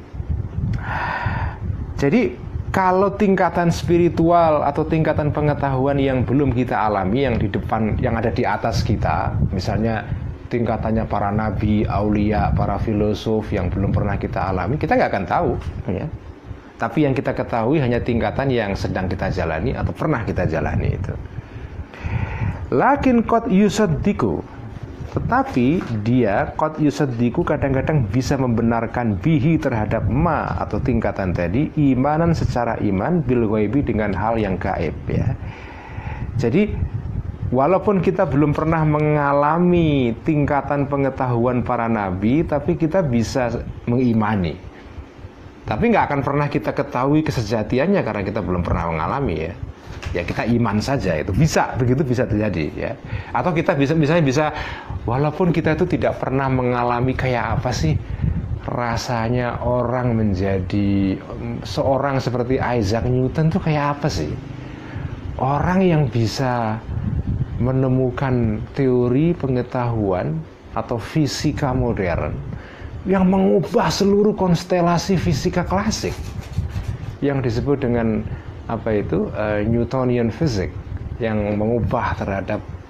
Jadi kalau tingkatan spiritual atau tingkatan pengetahuan yang belum kita alami, yang di depan, yang ada di atas kita, misalnya tingkatannya para nabi, aulia, para filosof yang belum pernah kita alami, kita nggak akan tahu, ya. Tapi yang kita ketahui hanya tingkatan yang sedang kita jalani atau pernah kita jalani itu. Lakin qad yusaddiqu, tetapi dia qad yusaddiqu, kadang-kadang bisa membenarkan bihi, terhadap ma atau tingkatan tadi, imanan, secara iman, bil ghaibi, dengan hal yang gaib, ya. Jadi walaupun kita belum pernah mengalami tingkatan pengetahuan para nabi, tapi kita bisa mengimani. Tapi nggak akan pernah kita ketahui kesejatiannya karena kita belum pernah mengalami, ya. Ya kita iman saja, itu bisa, begitu bisa terjadi, ya. Atau kita bisa walaupun kita itu tidak pernah mengalami kayak apa sih rasanya orang menjadi seorang seperti Isaac Newton tuh kayak apa sih? Orang yang bisa menemukan teori pengetahuan atau fisika modern yang mengubah seluruh konstelasi fisika klasik yang disebut dengan Newtonian physics, yang mengubah terhadap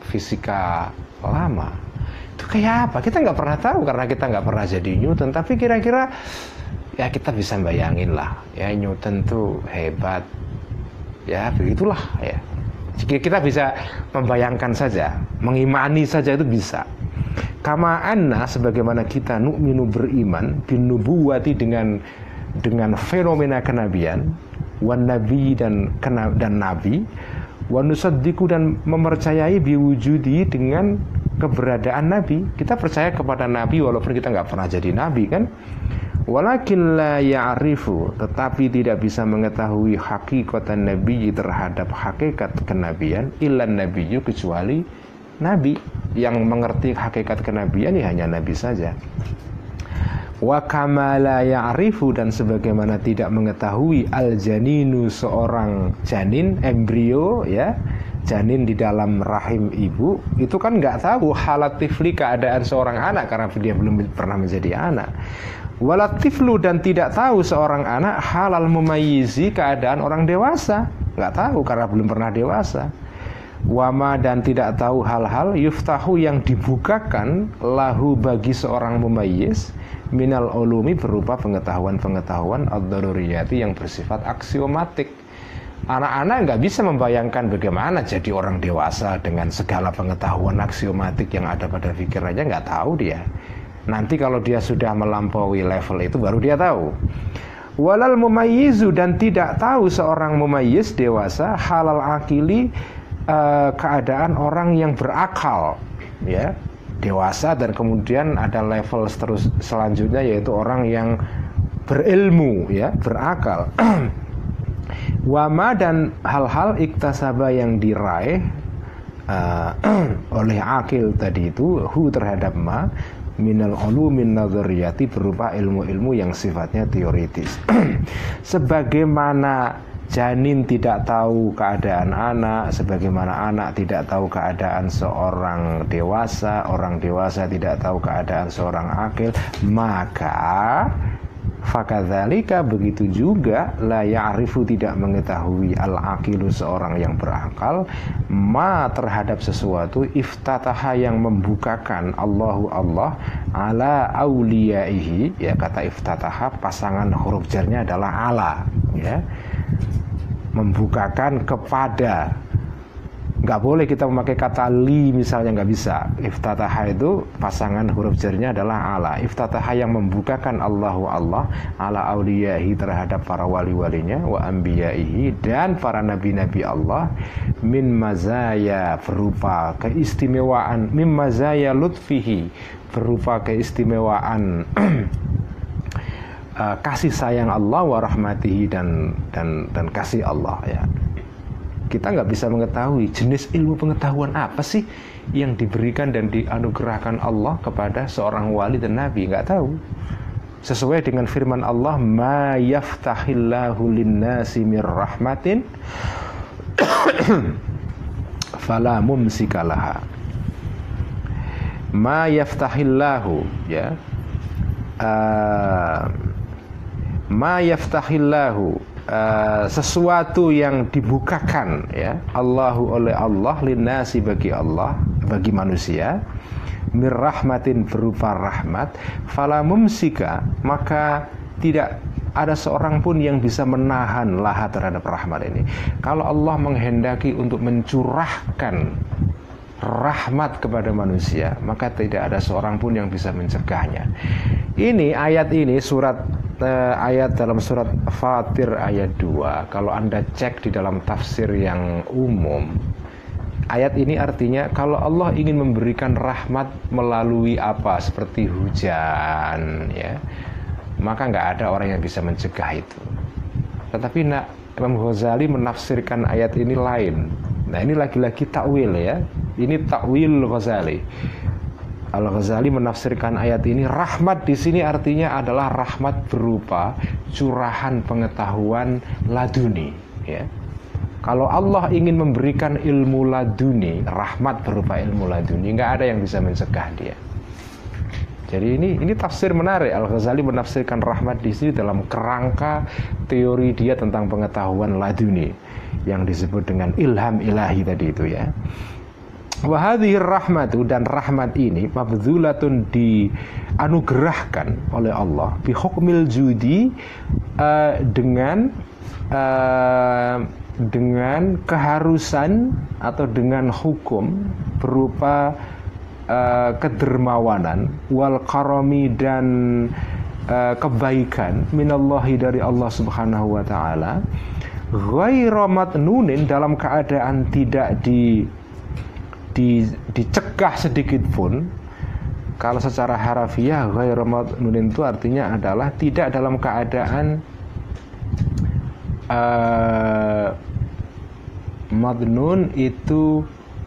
fisika lama. Itu kayak apa? Kita nggak pernah tahu karena kita nggak pernah jadi Newton. Tapi kira-kira ya kita bisa bayangin lah. Ya Newton tuh hebat. Ya begitulah ya. Kita bisa membayangkan saja, mengimani saja itu bisa. Kama anna, sebagaimana kita nu'minu beriman bin nubuwati dengan fenomena kenabian, wan nabi dan nabi, wa nusaddiqu dan mempercayai biwujudi dengan keberadaan nabi. Kita percaya kepada nabi walaupun kita nggak pernah jadi nabi kan. Walakin la ya'rifu, tetapi tidak bisa mengetahui hakikatan nabi terhadap hakikat kenabian illa nabiyyu, kecuali nabi. Yang mengerti hakikat kenabian ya hanya nabi saja. Wa kama la ya'rifu, dan sebagaimana tidak mengetahui al-janinu, seorang janin, embrio ya, janin di dalam rahim ibu, itu kan nggak tahu halat tifli, keadaan seorang anak karena dia belum pernah menjadi anak. Walatiflu, dan tidak tahu seorang anak halal memayyizi, keadaan orang dewasa, nggak tahu karena belum pernah dewasa. Wama, dan tidak tahu hal-hal yuftahu yang dibukakan lahu bagi seorang mumayyiz minal ulumi, berupa pengetahuan-pengetahuan ad-daruriyati yang bersifat aksiomatik. Anak-anak nggak bisa membayangkan bagaimana jadi orang dewasa dengan segala pengetahuan aksiomatik yang ada pada pikirannya, nggak tahu dia. Nanti kalau dia sudah melampaui level itu baru dia tahu. Walal mumayyizu, dan tidak tahu seorang mumayyiz dewasa halal akili, keadaan orang yang berakal ya, dewasa, dan kemudian ada level terus selanjutnya yaitu orang yang berilmu ya, berakal. Wama, dan hal-hal iktasaba yang diraih oleh akil tadi itu, hu terhadap ma, minal ulumin nadhariyati, berupa ilmu-ilmu yang sifatnya teoritis. Sebagaimana janin tidak tahu keadaan anak, sebagaimana anak tidak tahu keadaan seorang dewasa, orang dewasa tidak tahu keadaan seorang akil, maka fakadzalika, begitu juga la ya'rifu, tidak mengetahui al-aqilu, seorang yang berakal, ma, terhadap sesuatu iftataha yang membukakan Allahu Allah ala auliyaihi ya, kata iftataha pasangan huruf jarnya adalah ala ya, membukakan kepada. Nggak boleh kita memakai kata li misalnya, nggak bisa. Iftataha itu pasangan huruf jarnya adalah ala. Iftataha yang membukakan Allahu Allah ala auliyahi, terhadap para wali-walinya, wa anbiyaihi, dan para nabi-nabi Allah, min mazaya, berupa keistimewaan, min mazaya lutfihi, berupa keistimewaan kasih sayang Allah, wa rahmatihi, dan kasih Allah ya. Kita nggak bisa mengetahui jenis ilmu pengetahuan apa sih yang diberikan dan dianugerahkan Allah kepada seorang wali dan nabi, nggak tahu. Sesuai dengan firman Allah, ma yaftahillahu linnasi mir rahmatin fala mumsikalaha. Ma yaftahillahu ya, ma yaftahillahu, sesuatu yang dibukakan ya, Allahu, oleh Allah, linnasi, bagi Allah, bagi manusia, mir rahmatin, berupa rahmat, fala mumsika, maka tidak ada seorang pun yang bisa menahan laha, terhadap rahmat ini. Kalau Allah menghendaki untuk mencurahkan rahmat kepada manusia, maka tidak ada seorang pun yang bisa mencegahnya. Ini ayat ini ayat dalam surat Fatir ayat 2. Kalau Anda cek di dalam tafsir yang umum, ayat ini artinya kalau Allah ingin memberikan rahmat melalui apa, seperti hujan ya, maka nggak ada orang yang bisa mencegah itu. Tetapi Imam Ghazali menafsirkan ayat ini lain. Nah, ini lagi-lagi takwil ya. Ini takwil Ghazali. Al-Ghazali menafsirkan ayat ini, rahmat di sini artinya adalah rahmat berupa curahan pengetahuan laduni ya. Kalau Allah ingin memberikan ilmu laduni, rahmat berupa ilmu laduni, nggak ada yang bisa mencegah dia. Jadi ini tafsir menarik. Al-Ghazali menafsirkan rahmat di sini dalam kerangka teori dia tentang pengetahuan laduni yang disebut dengan ilham ilahi tadi itu ya. Wa hadhihi rahmatu, dan rahmat ini mabdzulatun, dianugerahkan oleh Allah bi hukmil judi, dengan keharusan atau dengan hukum berupa kedermawanan, wal karami, dan kebaikan, minallahi, dari Allah Subhanahu wa taala, ghairu matnunin, dalam keadaan tidak dicegah sedikit pun. Kalau secara harafiah ghairu matnunin itu artinya adalah tidak dalam keadaan madnun itu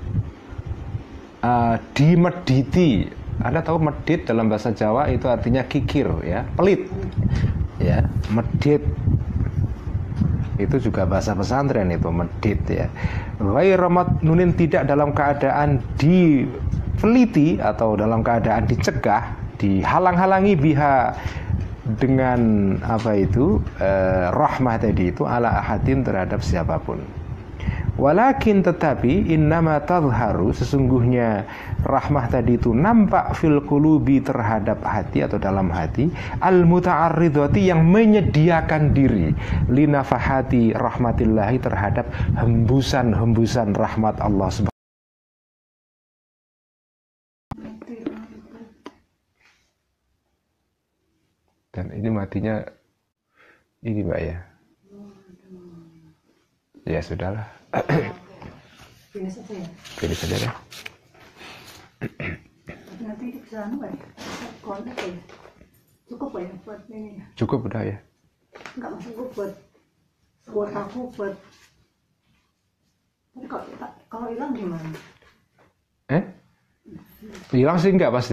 dimediti. Anda tahu medit dalam bahasa Jawa itu artinya kikir, ya, pelit, ya, medit itu juga bahasa pesantren, itu medit, ya. Ghairu matnunin, tidak dalam keadaan dipeliti atau dalam keadaan dicegah, dihalang-halangi, biha, dengan apa itu rahmah tadi itu, ala ahadin, terhadap siapapun. Walakin, tetapi, innama tadharu, sesungguhnya rahmah tadi itu nampak fil qulubi, terhadap hati atau dalam hati, al muta'arridati, yang menyediakan diri, linafahati rahmatillahi, terhadap hembusan-hembusan rahmat Allah Subhanahu. Dan ini matinya ini, Mbak, ya. Ya sudahlah. Finish saja ya. Finish saja deh. Nanti di sana Pak. Kontak ya. Cukup ya buat ini. Cukup udah ya. Enggak masuk buat aku buat. Tapi kalau hilang gimana? Hilang sih enggak pasti.